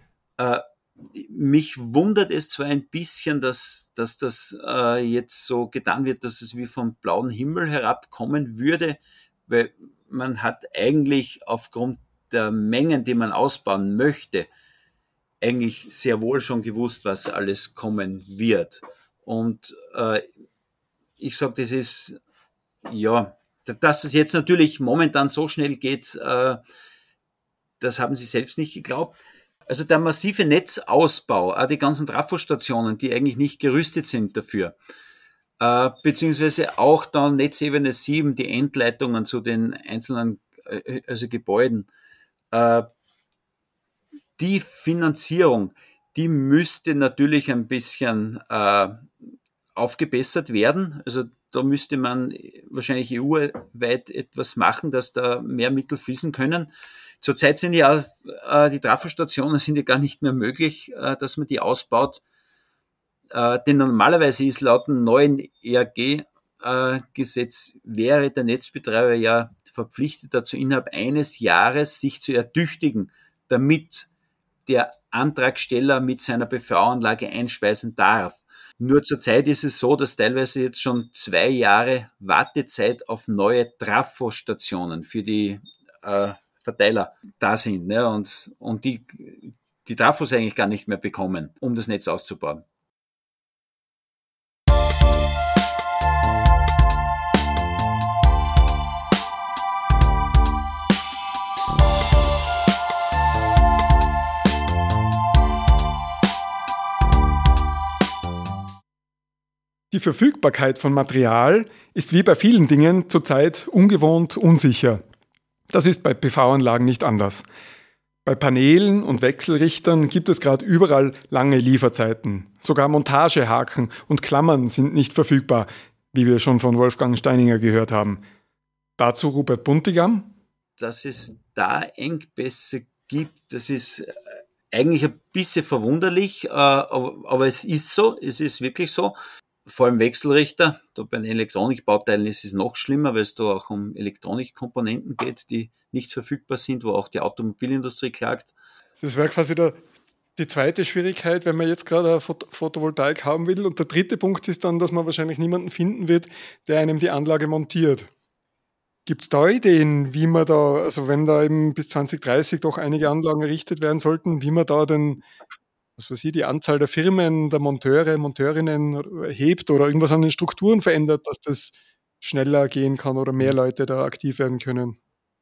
Mich wundert es zwar ein bisschen, dass das jetzt so getan wird, dass es wie vom blauen Himmel herabkommen würde, weil man hat eigentlich aufgrund der Mengen, die man ausbauen möchte, eigentlich sehr wohl schon gewusst, was alles kommen wird. Und ich sage, das ist, ja, dass es jetzt natürlich momentan so schnell geht, das haben sie selbst nicht geglaubt. Also der massive Netzausbau, auch die ganzen Trafostationen, die eigentlich nicht gerüstet sind dafür, beziehungsweise auch dann Netzebene 7, die Endleitungen zu den einzelnen also Gebäuden. Die Finanzierung, die müsste natürlich ein bisschen aufgebessert werden. Also da müsste man wahrscheinlich EU-weit etwas machen, dass da mehr Mittel fließen können. Zurzeit sind ja die Trafostationen sind ja gar nicht mehr möglich, dass man die ausbaut. Denn normalerweise ist laut dem neuen ERG-Gesetz wäre der Netzbetreiber ja verpflichtet dazu, innerhalb eines Jahres sich zu ertüchtigen, damit der Antragsteller mit seiner PV-Anlage einspeisen darf. Nur zurzeit ist es so, dass teilweise jetzt schon 2 Jahre Wartezeit auf neue Trafostationen für die Verteiler da sind, ne? Und die Trafos eigentlich gar nicht mehr bekommen, um das Netz auszubauen. Verfügbarkeit von Material ist wie bei vielen Dingen zurzeit ungewohnt unsicher. Das ist bei PV-Anlagen nicht anders. Bei Paneelen und Wechselrichtern gibt es gerade überall lange Lieferzeiten. Sogar Montagehaken und Klammern sind nicht verfügbar, wie wir schon von Wolfgang Steininger gehört haben. Dazu Rupert Buntigam. Dass es da Engpässe gibt, das ist eigentlich ein bisschen verwunderlich, aber es ist so, es ist wirklich so. Vor allem Wechselrichter, da bei den Elektronikbauteilen ist es noch schlimmer, weil es da auch um Elektronikkomponenten geht, die nicht verfügbar sind, wo auch die Automobilindustrie klagt. Das wäre quasi die zweite Schwierigkeit, wenn man jetzt gerade eine Photovoltaik haben will. Und der dritte Punkt ist dann, dass man wahrscheinlich niemanden finden wird, der einem die Anlage montiert. Gibt es da Ideen, wie man da, also wenn da eben bis 2030 doch einige Anlagen errichtet werden sollten, wie man da denn, was weiß ich, die Anzahl der Firmen, der Monteure, Monteurinnen hebt oder irgendwas an den Strukturen verändert, dass das schneller gehen kann oder mehr Leute da aktiv werden können?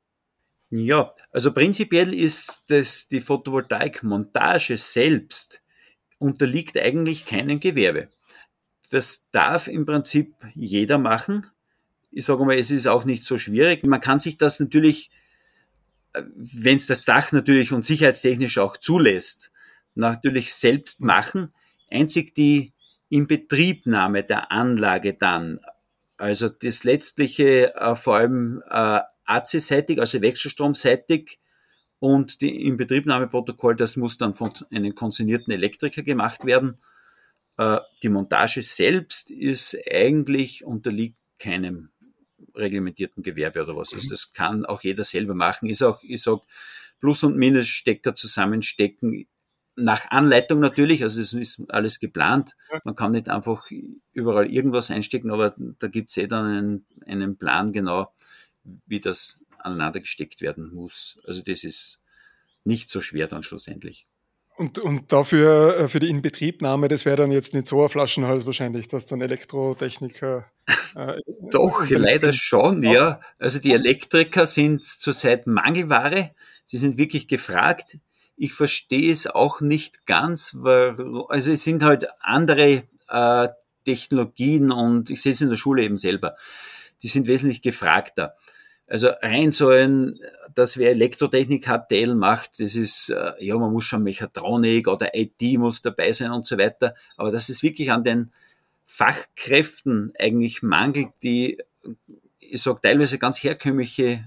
Ja, also prinzipiell ist die Photovoltaikmontage selbst unterliegt eigentlich keinem Gewerbe. Das darf im Prinzip jeder machen. Ich sage mal, es ist auch nicht so schwierig. Man kann sich das natürlich, wenn es das Dach natürlich und sicherheitstechnisch auch zulässt, natürlich selbst machen. Einzig die Inbetriebnahme der Anlage dann, also das letztliche vor allem AC-seitig, also wechselstromseitig und die Inbetriebnahmeprotokoll, das muss dann von einem konzernierten Elektriker gemacht werden. Die Montage selbst ist eigentlich unterliegt keinem reglementierten Gewerbe oder was. Also das kann auch jeder selber machen. Ist auch, ich sag, Plus- und Minusstecker zusammenstecken, nach Anleitung natürlich, also das ist alles geplant. Man kann nicht einfach überall irgendwas einstecken, aber da gibt's dann einen Plan genau, wie das aneinander gesteckt werden muss. Also das ist nicht so schwer dann schlussendlich. Und dafür, für die Inbetriebnahme, das wäre dann jetzt nicht so ein Flaschenhals wahrscheinlich, dass dann Elektrotechniker... Doch, leider schon, ja. Also die Elektriker sind zurzeit Mangelware. Sie sind wirklich gefragt. Ich verstehe es auch nicht ganz, weil, also es sind halt andere Technologien und ich sehe es in der Schule eben selber. Die sind wesentlich gefragter. Also rein so dass wer Elektrotechnik HTL macht, das ist, ja, man muss schon Mechatronik oder IT muss dabei sein und so weiter. Aber dass es wirklich an den Fachkräften eigentlich mangelt, die, ich sag, teilweise ganz herkömmliche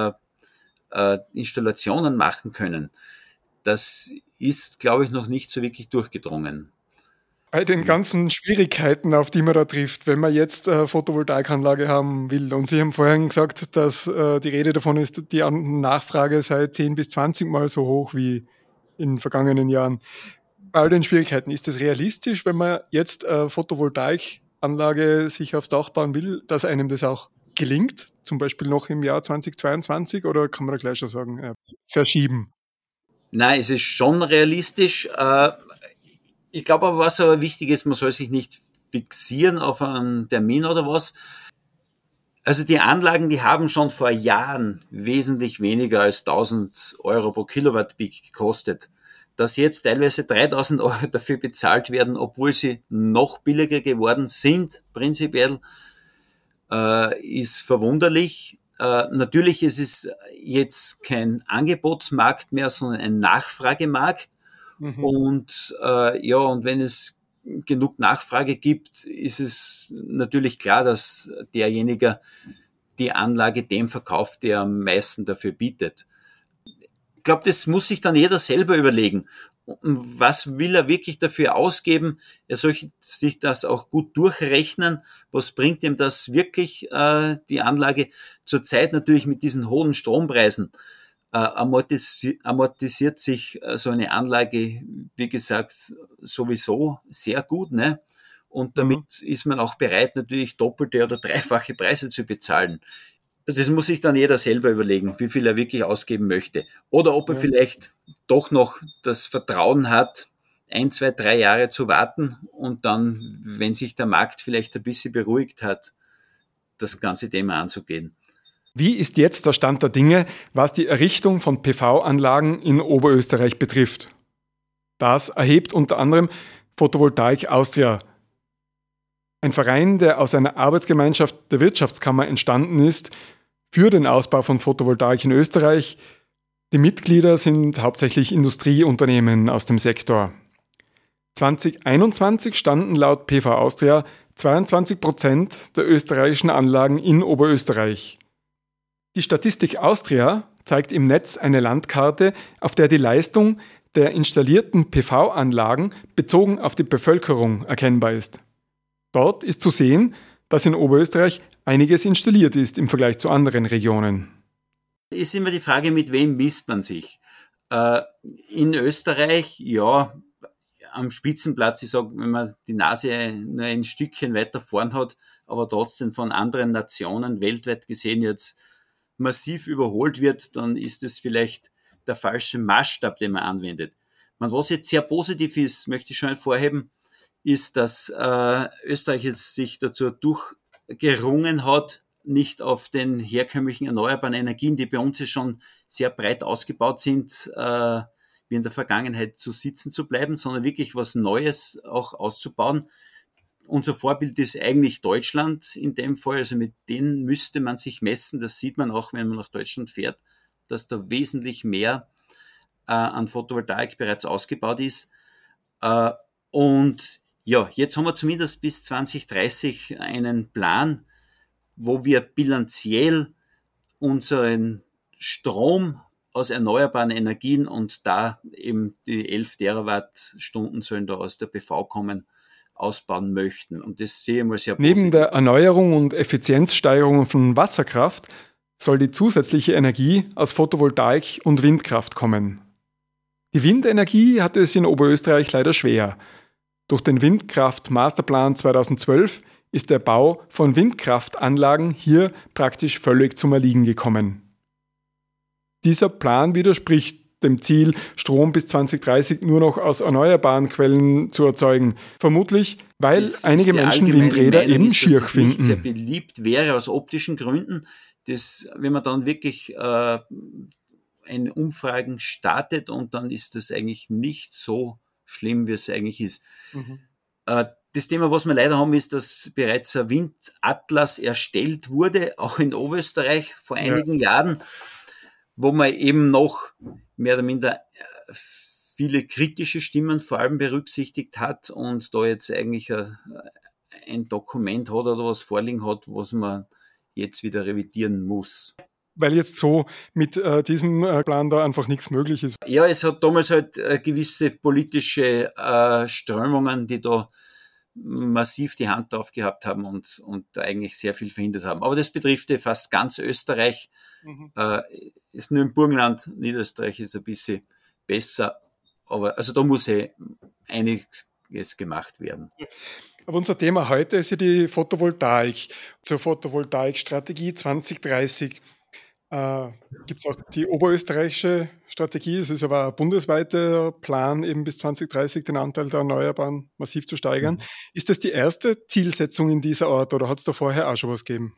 Installationen machen können. Das ist, glaube ich, noch nicht so wirklich durchgedrungen. Bei den ganzen Schwierigkeiten, auf die man da trifft, wenn man jetzt eine Photovoltaikanlage haben will, und Sie haben vorhin gesagt, dass die Rede davon ist, die Nachfrage sei 10 bis 20 Mal so hoch wie in den vergangenen Jahren. Bei all den Schwierigkeiten, ist es realistisch, wenn man jetzt eine Photovoltaikanlage sich aufs Dach bauen will, dass einem das auch gelingt, zum Beispiel noch im Jahr 2022, oder kann man da gleich schon sagen, verschieben? Nein, es ist schon realistisch. Ich glaube aber, was aber wichtig ist, man soll sich nicht fixieren auf einen Termin oder was. Also die Anlagen, die haben schon vor Jahren wesentlich weniger als 1.000 Euro pro Kilowatt Peak gekostet. Dass jetzt teilweise 3.000 Euro dafür bezahlt werden, obwohl sie noch billiger geworden sind, prinzipiell, ist verwunderlich. Natürlich ist es jetzt kein Angebotsmarkt mehr, sondern ein Nachfragemarkt. Und und wenn es genug Nachfrage gibt, ist es natürlich klar, dass derjenige die Anlage dem verkauft, der am meisten dafür bietet. Ich glaube, das muss sich dann jeder selber überlegen. Was will er wirklich dafür ausgeben? Er soll sich das auch gut durchrechnen. Was bringt ihm das wirklich, die Anlage? Zurzeit natürlich mit diesen hohen Strompreisen amortisiert sich so eine Anlage, wie gesagt, sowieso sehr gut, ne? Und damit ist man auch bereit, natürlich doppelte oder dreifache Preise zu bezahlen. Also das muss sich dann jeder selber überlegen, wie viel er wirklich ausgeben möchte. Oder ob er vielleicht doch noch das Vertrauen hat, 1, 2, 3 Jahre zu warten und dann, wenn sich der Markt vielleicht ein bisschen beruhigt hat, das ganze Thema anzugehen. Wie ist jetzt der Stand der Dinge, was die Errichtung von PV-Anlagen in Oberösterreich betrifft? Das erhebt unter anderem Photovoltaik Austria. Ein Verein, der aus einer Arbeitsgemeinschaft der Wirtschaftskammer entstanden ist, für den Ausbau von Photovoltaik in Österreich. Die Mitglieder sind hauptsächlich Industrieunternehmen aus dem Sektor. 2021 standen laut PV Austria 22% der österreichischen Anlagen in Oberösterreich. Die Statistik Austria zeigt im Netz eine Landkarte, auf der die Leistung der installierten PV-Anlagen bezogen auf die Bevölkerung erkennbar ist. Dort ist zu sehen, dass in Oberösterreich einiges installiert ist im Vergleich zu anderen Regionen. Ist immer die Frage, mit wem misst man sich? In Österreich, ja, am Spitzenplatz, ich sage, wenn man die Nase nur ein Stückchen weiter vorn hat, aber trotzdem von anderen Nationen weltweit gesehen jetzt massiv überholt wird, dann ist es vielleicht der falsche Maßstab, den man anwendet. Was jetzt sehr positiv ist, möchte ich schon hervorheben, ist, dass Österreich jetzt sich dazu durchgerungen hat, nicht auf den herkömmlichen erneuerbaren Energien, die bei uns ja schon sehr breit ausgebaut sind, wie in der Vergangenheit zu sitzen zu bleiben, sondern wirklich was Neues auch auszubauen. Unser Vorbild ist eigentlich Deutschland in dem Fall, also mit denen müsste man sich messen, das sieht man auch, wenn man nach Deutschland fährt, dass da wesentlich mehr an Photovoltaik bereits ausgebaut ist. Und ja, jetzt haben wir zumindest bis 2030 einen Plan, wo wir bilanziell unseren Strom aus erneuerbaren Energien und da eben die 11 Terawattstunden sollen da aus der PV kommen, ausbauen möchten. Und das sehe ich mal sehr positiv. Neben der Erneuerung und Effizienzsteigerung von Wasserkraft soll die zusätzliche Energie aus Photovoltaik und Windkraft kommen. Die Windenergie hatte es in Oberösterreich leider schwer. Durch den Windkraft-Masterplan 2012 ist der Bau von Windkraftanlagen hier praktisch völlig zum Erliegen gekommen. Dieser Plan widerspricht dem Ziel, Strom bis 2030 nur noch aus erneuerbaren Quellen zu erzeugen. Vermutlich, weil einige Menschen Windräder eben schier finden. Nicht sehr beliebt wäre aus optischen Gründen. Das, wenn man dann wirklich eine Umfragen startet und dann ist das eigentlich nicht so schlimm, wie es eigentlich ist. Das Thema, was wir leider haben, ist, dass bereits ein Windatlas erstellt wurde, auch in Oberösterreich vor einigen Jahren, wo man eben noch mehr oder minder viele kritische Stimmen vor allem berücksichtigt hat und da jetzt eigentlich ein Dokument hat oder was vorliegen hat, was man jetzt wieder revidieren muss. Weil jetzt so mit diesem Plan da einfach nichts möglich ist. Ja, es hat damals halt gewisse politische Strömungen, die da massiv die Hand drauf gehabt haben und eigentlich sehr viel verhindert haben. Aber das betrifft ja fast ganz Österreich. Ist nur im Burgenland, Niederösterreich ist ein bisschen besser, aber also da muss einiges gemacht werden. Aber unser Thema heute ist ja die Photovoltaik. Zur Photovoltaikstrategie 2030 gibt es auch die oberösterreichische Strategie. Es ist aber ein bundesweiter Plan, eben bis 2030 den Anteil der Erneuerbaren massiv zu steigern. Ist das die erste Zielsetzung in dieser Art oder hat es da vorher auch schon was gegeben?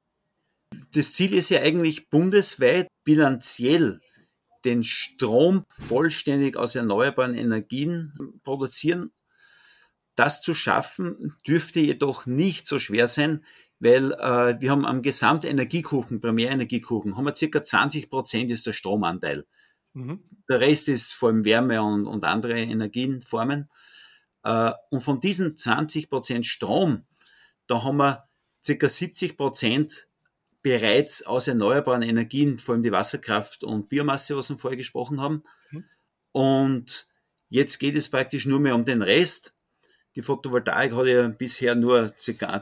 Das Ziel ist ja eigentlich bundesweit bilanziell den Strom vollständig aus erneuerbaren Energien produzieren. Das zu schaffen, dürfte jedoch nicht so schwer sein, weil wir haben am Gesamtenergiekuchen, Primärenergiekuchen, haben wir ca. 20% ist der Stromanteil. Der Rest ist vor allem Wärme und andere Energienformen. Und von diesen 20% Strom, da haben wir ca. 70% bereits aus erneuerbaren Energien, vor allem die Wasserkraft und Biomasse, was wir vorher gesprochen haben. Und jetzt geht es praktisch nur mehr um den Rest. Die Photovoltaik hat ja bisher nur ca.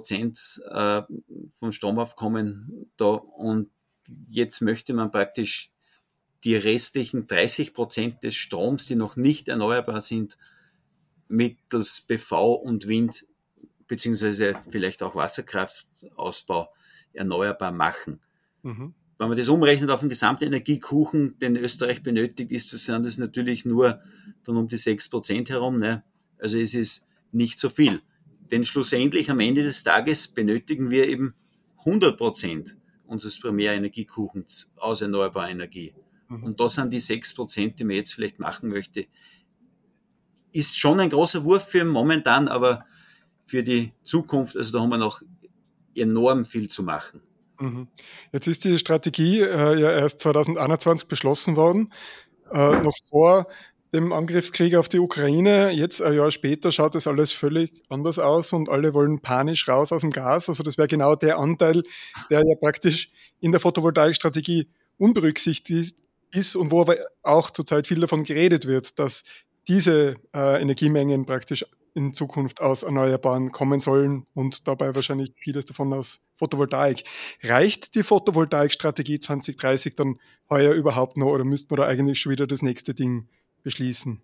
2% vom Stromaufkommen da und jetzt möchte man praktisch die restlichen 30% des Stroms, die noch nicht erneuerbar sind, mittels PV und Wind beziehungsweise vielleicht auch Wasserkraftausbau erneuerbar machen. Wenn man das umrechnet auf den Gesamtenergiekuchen, den Österreich benötigt, sind das natürlich nur dann um die 6% herum. Ne? Also es ist nicht so viel. Denn schlussendlich am Ende des Tages benötigen wir eben 100% unseres Primärenergiekuchens aus erneuerbarer Energie. Und das sind die 6%, die man jetzt vielleicht machen möchte. Ist schon ein großer Wurf für momentan, aber für die Zukunft. Also da haben wir noch enorm viel zu machen. Jetzt ist die Strategie ja erst 2021 beschlossen worden, noch vor dem Angriffskrieg auf die Ukraine. Jetzt, ein Jahr später, schaut das alles völlig anders aus und alle wollen panisch raus aus dem Gas. Also das wäre genau der Anteil, der ja praktisch in der Photovoltaikstrategie unberücksichtigt ist und wo aber auch zurzeit viel davon geredet wird, dass diese Energiemengen praktisch in Zukunft aus Erneuerbaren kommen sollen und dabei wahrscheinlich vieles davon aus Photovoltaik. Reicht die Photovoltaikstrategie 2030 dann heuer überhaupt noch oder müsste man da eigentlich schon wieder das nächste Ding beschließen?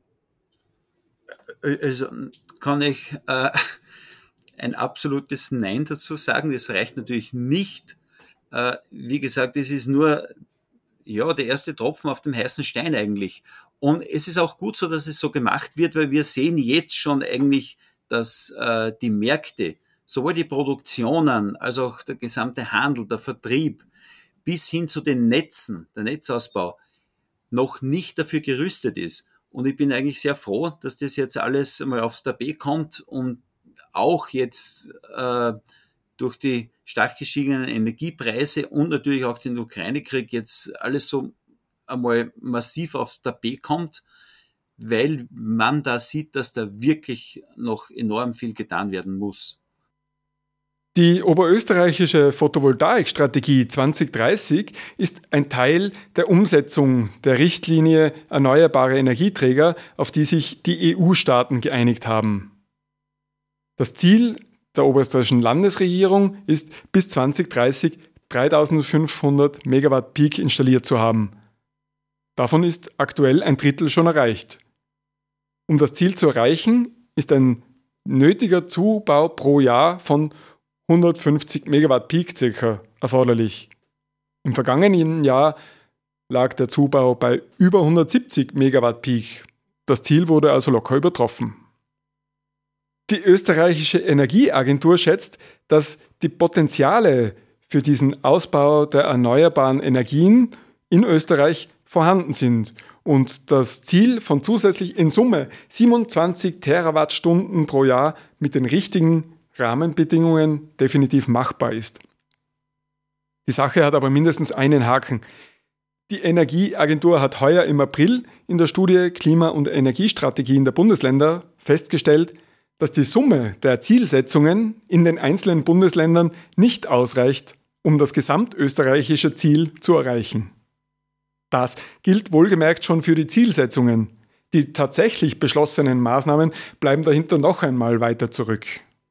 Also kann ich ein absolutes Nein dazu sagen. Das reicht natürlich nicht. Wie gesagt, es ist nur der erste Tropfen auf dem heißen Stein eigentlich. Und es ist auch gut so, dass es so gemacht wird, weil wir sehen jetzt schon eigentlich, dass die Märkte, sowohl die Produktionen als auch der gesamte Handel, der Vertrieb bis hin zu den Netzen, der Netzausbau, noch nicht dafür gerüstet ist. Und ich bin eigentlich sehr froh, dass das jetzt alles mal aufs Tapet kommt und auch jetzt durch die stark gestiegenen Energiepreise und natürlich auch den Ukraine-Krieg jetzt alles so einmal massiv aufs Tapet kommt, weil man da sieht, dass da wirklich noch enorm viel getan werden muss. Die oberösterreichische Photovoltaikstrategie 2030 ist ein Teil der Umsetzung der Richtlinie Erneuerbare Energieträger, auf die sich die EU-Staaten geeinigt haben. Das Ziel der oberösterreichischen Landesregierung ist, bis 2030 3500 Megawatt Peak installiert zu haben. Davon ist aktuell ein Drittel schon erreicht. Um das Ziel zu erreichen, ist ein nötiger Zubau pro Jahr von 150 Megawatt Peak circa erforderlich. Im vergangenen Jahr lag der Zubau bei über 170 Megawatt Peak. Das Ziel wurde also locker übertroffen. Die österreichische Energieagentur schätzt, dass die Potenziale für diesen Ausbau der erneuerbaren Energien in Österreich vorhanden sind und das Ziel von zusätzlich in Summe 27 Terawattstunden pro Jahr mit den richtigen Rahmenbedingungen definitiv machbar ist. Die Sache hat aber mindestens einen Haken. Die Energieagentur hat heuer im April in der Studie Klima- und Energiestrategien der Bundesländer festgestellt, dass die Summe der Zielsetzungen in den einzelnen Bundesländern nicht ausreicht, um das gesamtösterreichische Ziel zu erreichen. Das gilt wohlgemerkt schon für die Zielsetzungen. Die tatsächlich beschlossenen Maßnahmen bleiben dahinter noch einmal weiter zurück.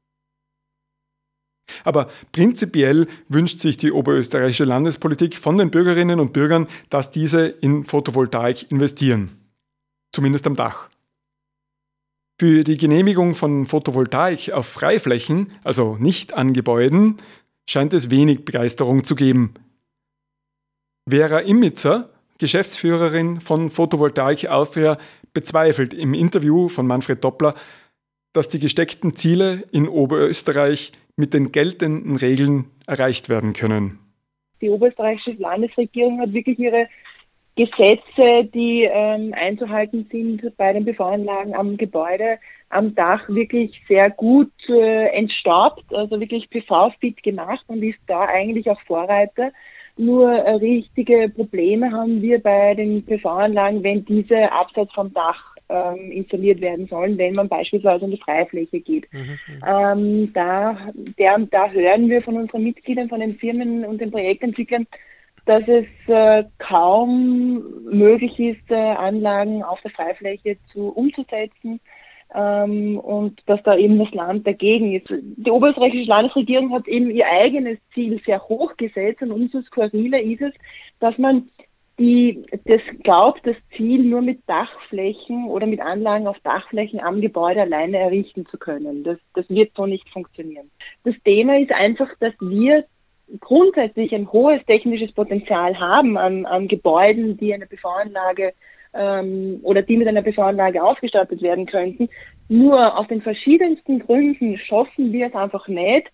Aber prinzipiell wünscht sich die oberösterreichische Landespolitik von den Bürgerinnen und Bürgern, dass diese in Photovoltaik investieren. Zumindest am Dach. Für die Genehmigung von Photovoltaik auf Freiflächen, also nicht an Gebäuden, scheint es wenig Begeisterung zu geben. Vera Immitzer, Geschäftsführerin von Photovoltaik Austria, bezweifelt im Interview von Manfred Doppler, dass die gesteckten Ziele in Oberösterreich mit den geltenden Regeln erreicht werden können. Die oberösterreichische Landesregierung hat wirklich ihre Gesetze, die einzuhalten sind bei den PV-Anlagen am Gebäude, am Dach wirklich sehr gut entstaubt, also wirklich PV-fit gemacht und ist da eigentlich auch Vorreiter. Nur richtige Probleme haben wir bei den PV-Anlagen, wenn diese abseits vom Dach installiert werden sollen, wenn man beispielsweise in die Freifläche geht. Da hören wir von unseren Mitgliedern, von den Firmen und den Projektentwicklern, dass es kaum möglich ist, Anlagen auf der Freifläche umzusetzen und dass da eben das Land dagegen ist. Die oberösterreichische Landesregierung hat eben ihr eigenes Ziel sehr hoch gesetzt und umso skurriler ist es, dass man das Ziel nur mit Dachflächen oder mit Anlagen auf Dachflächen am Gebäude alleine errichten zu können. Das wird so nicht funktionieren. Das Thema ist einfach, dass wir grundsätzlich ein hohes technisches Potenzial haben an Gebäuden, die eine PV-Anlage oder die mit einer PV-Anlage ausgestattet werden könnten. Nur aus den verschiedensten Gründen schaffen wir es einfach nicht,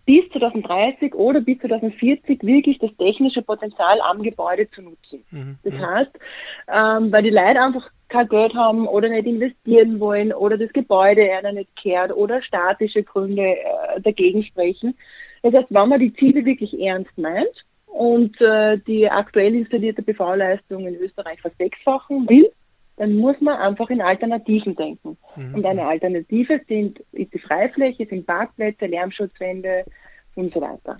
bis 2030 oder bis 2040 wirklich das technische Potenzial am Gebäude zu nutzen. Das heißt, weil die Leute einfach kein Geld haben oder nicht investieren wollen oder das Gebäude einer nicht kehrt oder statische Gründe dagegen sprechen. Das heißt, wenn man die Ziele wirklich ernst meint und die aktuell installierte PV-Leistung in Österreich versechsfachen will, dann muss man einfach in Alternativen denken. Und eine Alternative ist die Freifläche, sind Parkplätze, Lärmschutzwände und so weiter.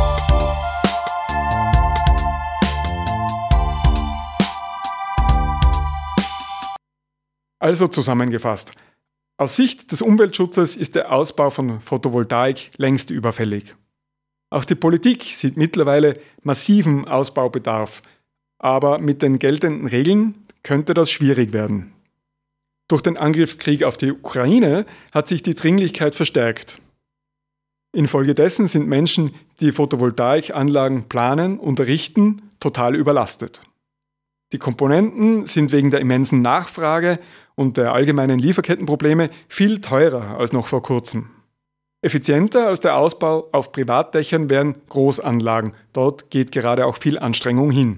Also zusammengefasst. Aus Sicht des Umweltschutzes ist der Ausbau von Photovoltaik längst überfällig. Auch die Politik sieht mittlerweile massiven Ausbaubedarf, aber mit den geltenden Regeln könnte das schwierig werden. Durch den Angriffskrieg auf die Ukraine hat sich die Dringlichkeit verstärkt. Infolgedessen sind Menschen, die Photovoltaikanlagen planen und errichten, total überlastet. Die Komponenten sind wegen der immensen Nachfrage und der allgemeinen Lieferkettenprobleme viel teurer als noch vor kurzem. Effizienter als der Ausbau auf Privatdächern wären Großanlagen. Dort geht gerade auch viel Anstrengung hin.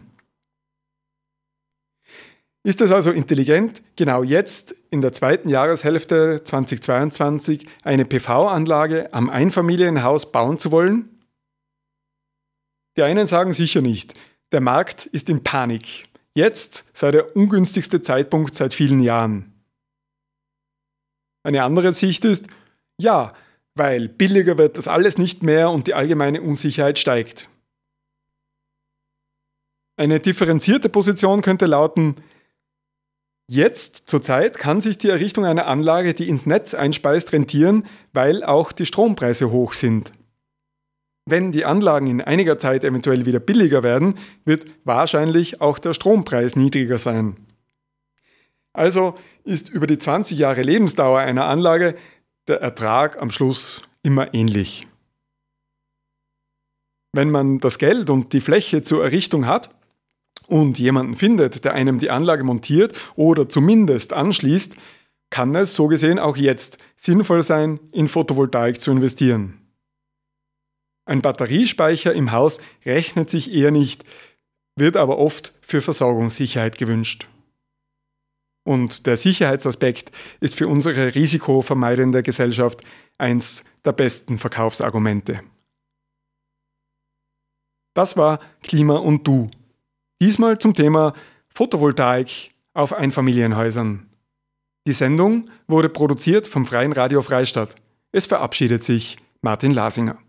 Ist es also intelligent, genau jetzt in der zweiten Jahreshälfte 2022 eine PV-Anlage am Einfamilienhaus bauen zu wollen? Die einen sagen sicher nicht. Der Markt ist in Panik. Jetzt sei der ungünstigste Zeitpunkt seit vielen Jahren. Eine andere Sicht ist, ja, weil billiger wird das alles nicht mehr und die allgemeine Unsicherheit steigt. Eine differenzierte Position könnte lauten, jetzt, zurzeit, kann sich die Errichtung einer Anlage, die ins Netz einspeist, rentieren, weil auch die Strompreise hoch sind. Wenn die Anlagen in einiger Zeit eventuell wieder billiger werden, wird wahrscheinlich auch der Strompreis niedriger sein. Also ist über die 20 Jahre Lebensdauer einer Anlage der Ertrag am Schluss immer ähnlich. Wenn man das Geld und die Fläche zur Errichtung hat und jemanden findet, der einem die Anlage montiert oder zumindest anschließt, kann es so gesehen auch jetzt sinnvoll sein, in Photovoltaik zu investieren. Ein Batteriespeicher im Haus rechnet sich eher nicht, wird aber oft für Versorgungssicherheit gewünscht. Und der Sicherheitsaspekt ist für unsere risikovermeidende Gesellschaft eins der besten Verkaufsargumente. Das war Klima und Du. Diesmal zum Thema Photovoltaik auf Einfamilienhäusern. Die Sendung wurde produziert vom Freien Radio Freistadt. Es verabschiedet sich Martin Lasinger.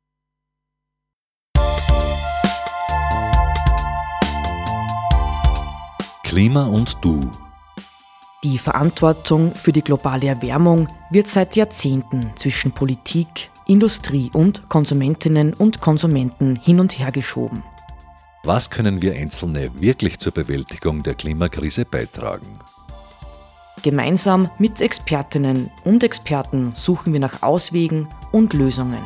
Klima und Du. Die Verantwortung für die globale Erwärmung wird seit Jahrzehnten zwischen Politik, Industrie und Konsumentinnen und Konsumenten hin und her geschoben. Was können wir Einzelne wirklich zur Bewältigung der Klimakrise beitragen? Gemeinsam mit Expertinnen und Experten suchen wir nach Auswegen und Lösungen.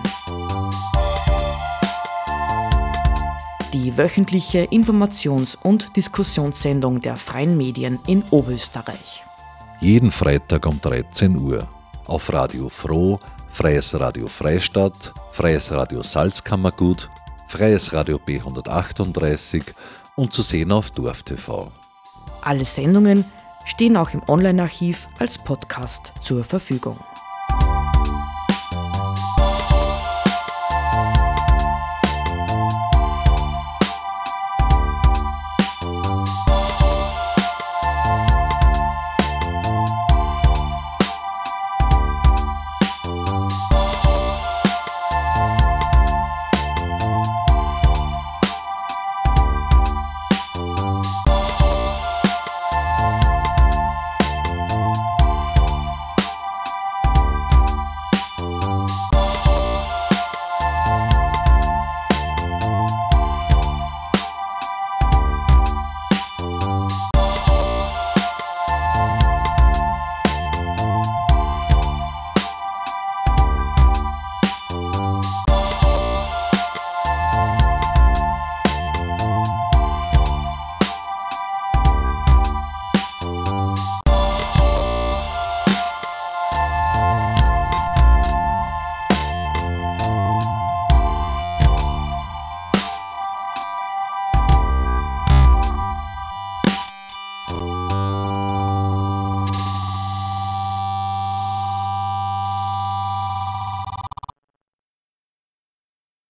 Die wöchentliche Informations- und Diskussionssendung der Freien Medien in Oberösterreich. Jeden Freitag um 13 Uhr auf Radio Froh, Freies Radio Freistadt, Freies Radio Salzkammergut, Freies Radio B138 und zu sehen auf DorfTV. Alle Sendungen stehen auch im Online-Archiv als Podcast zur Verfügung.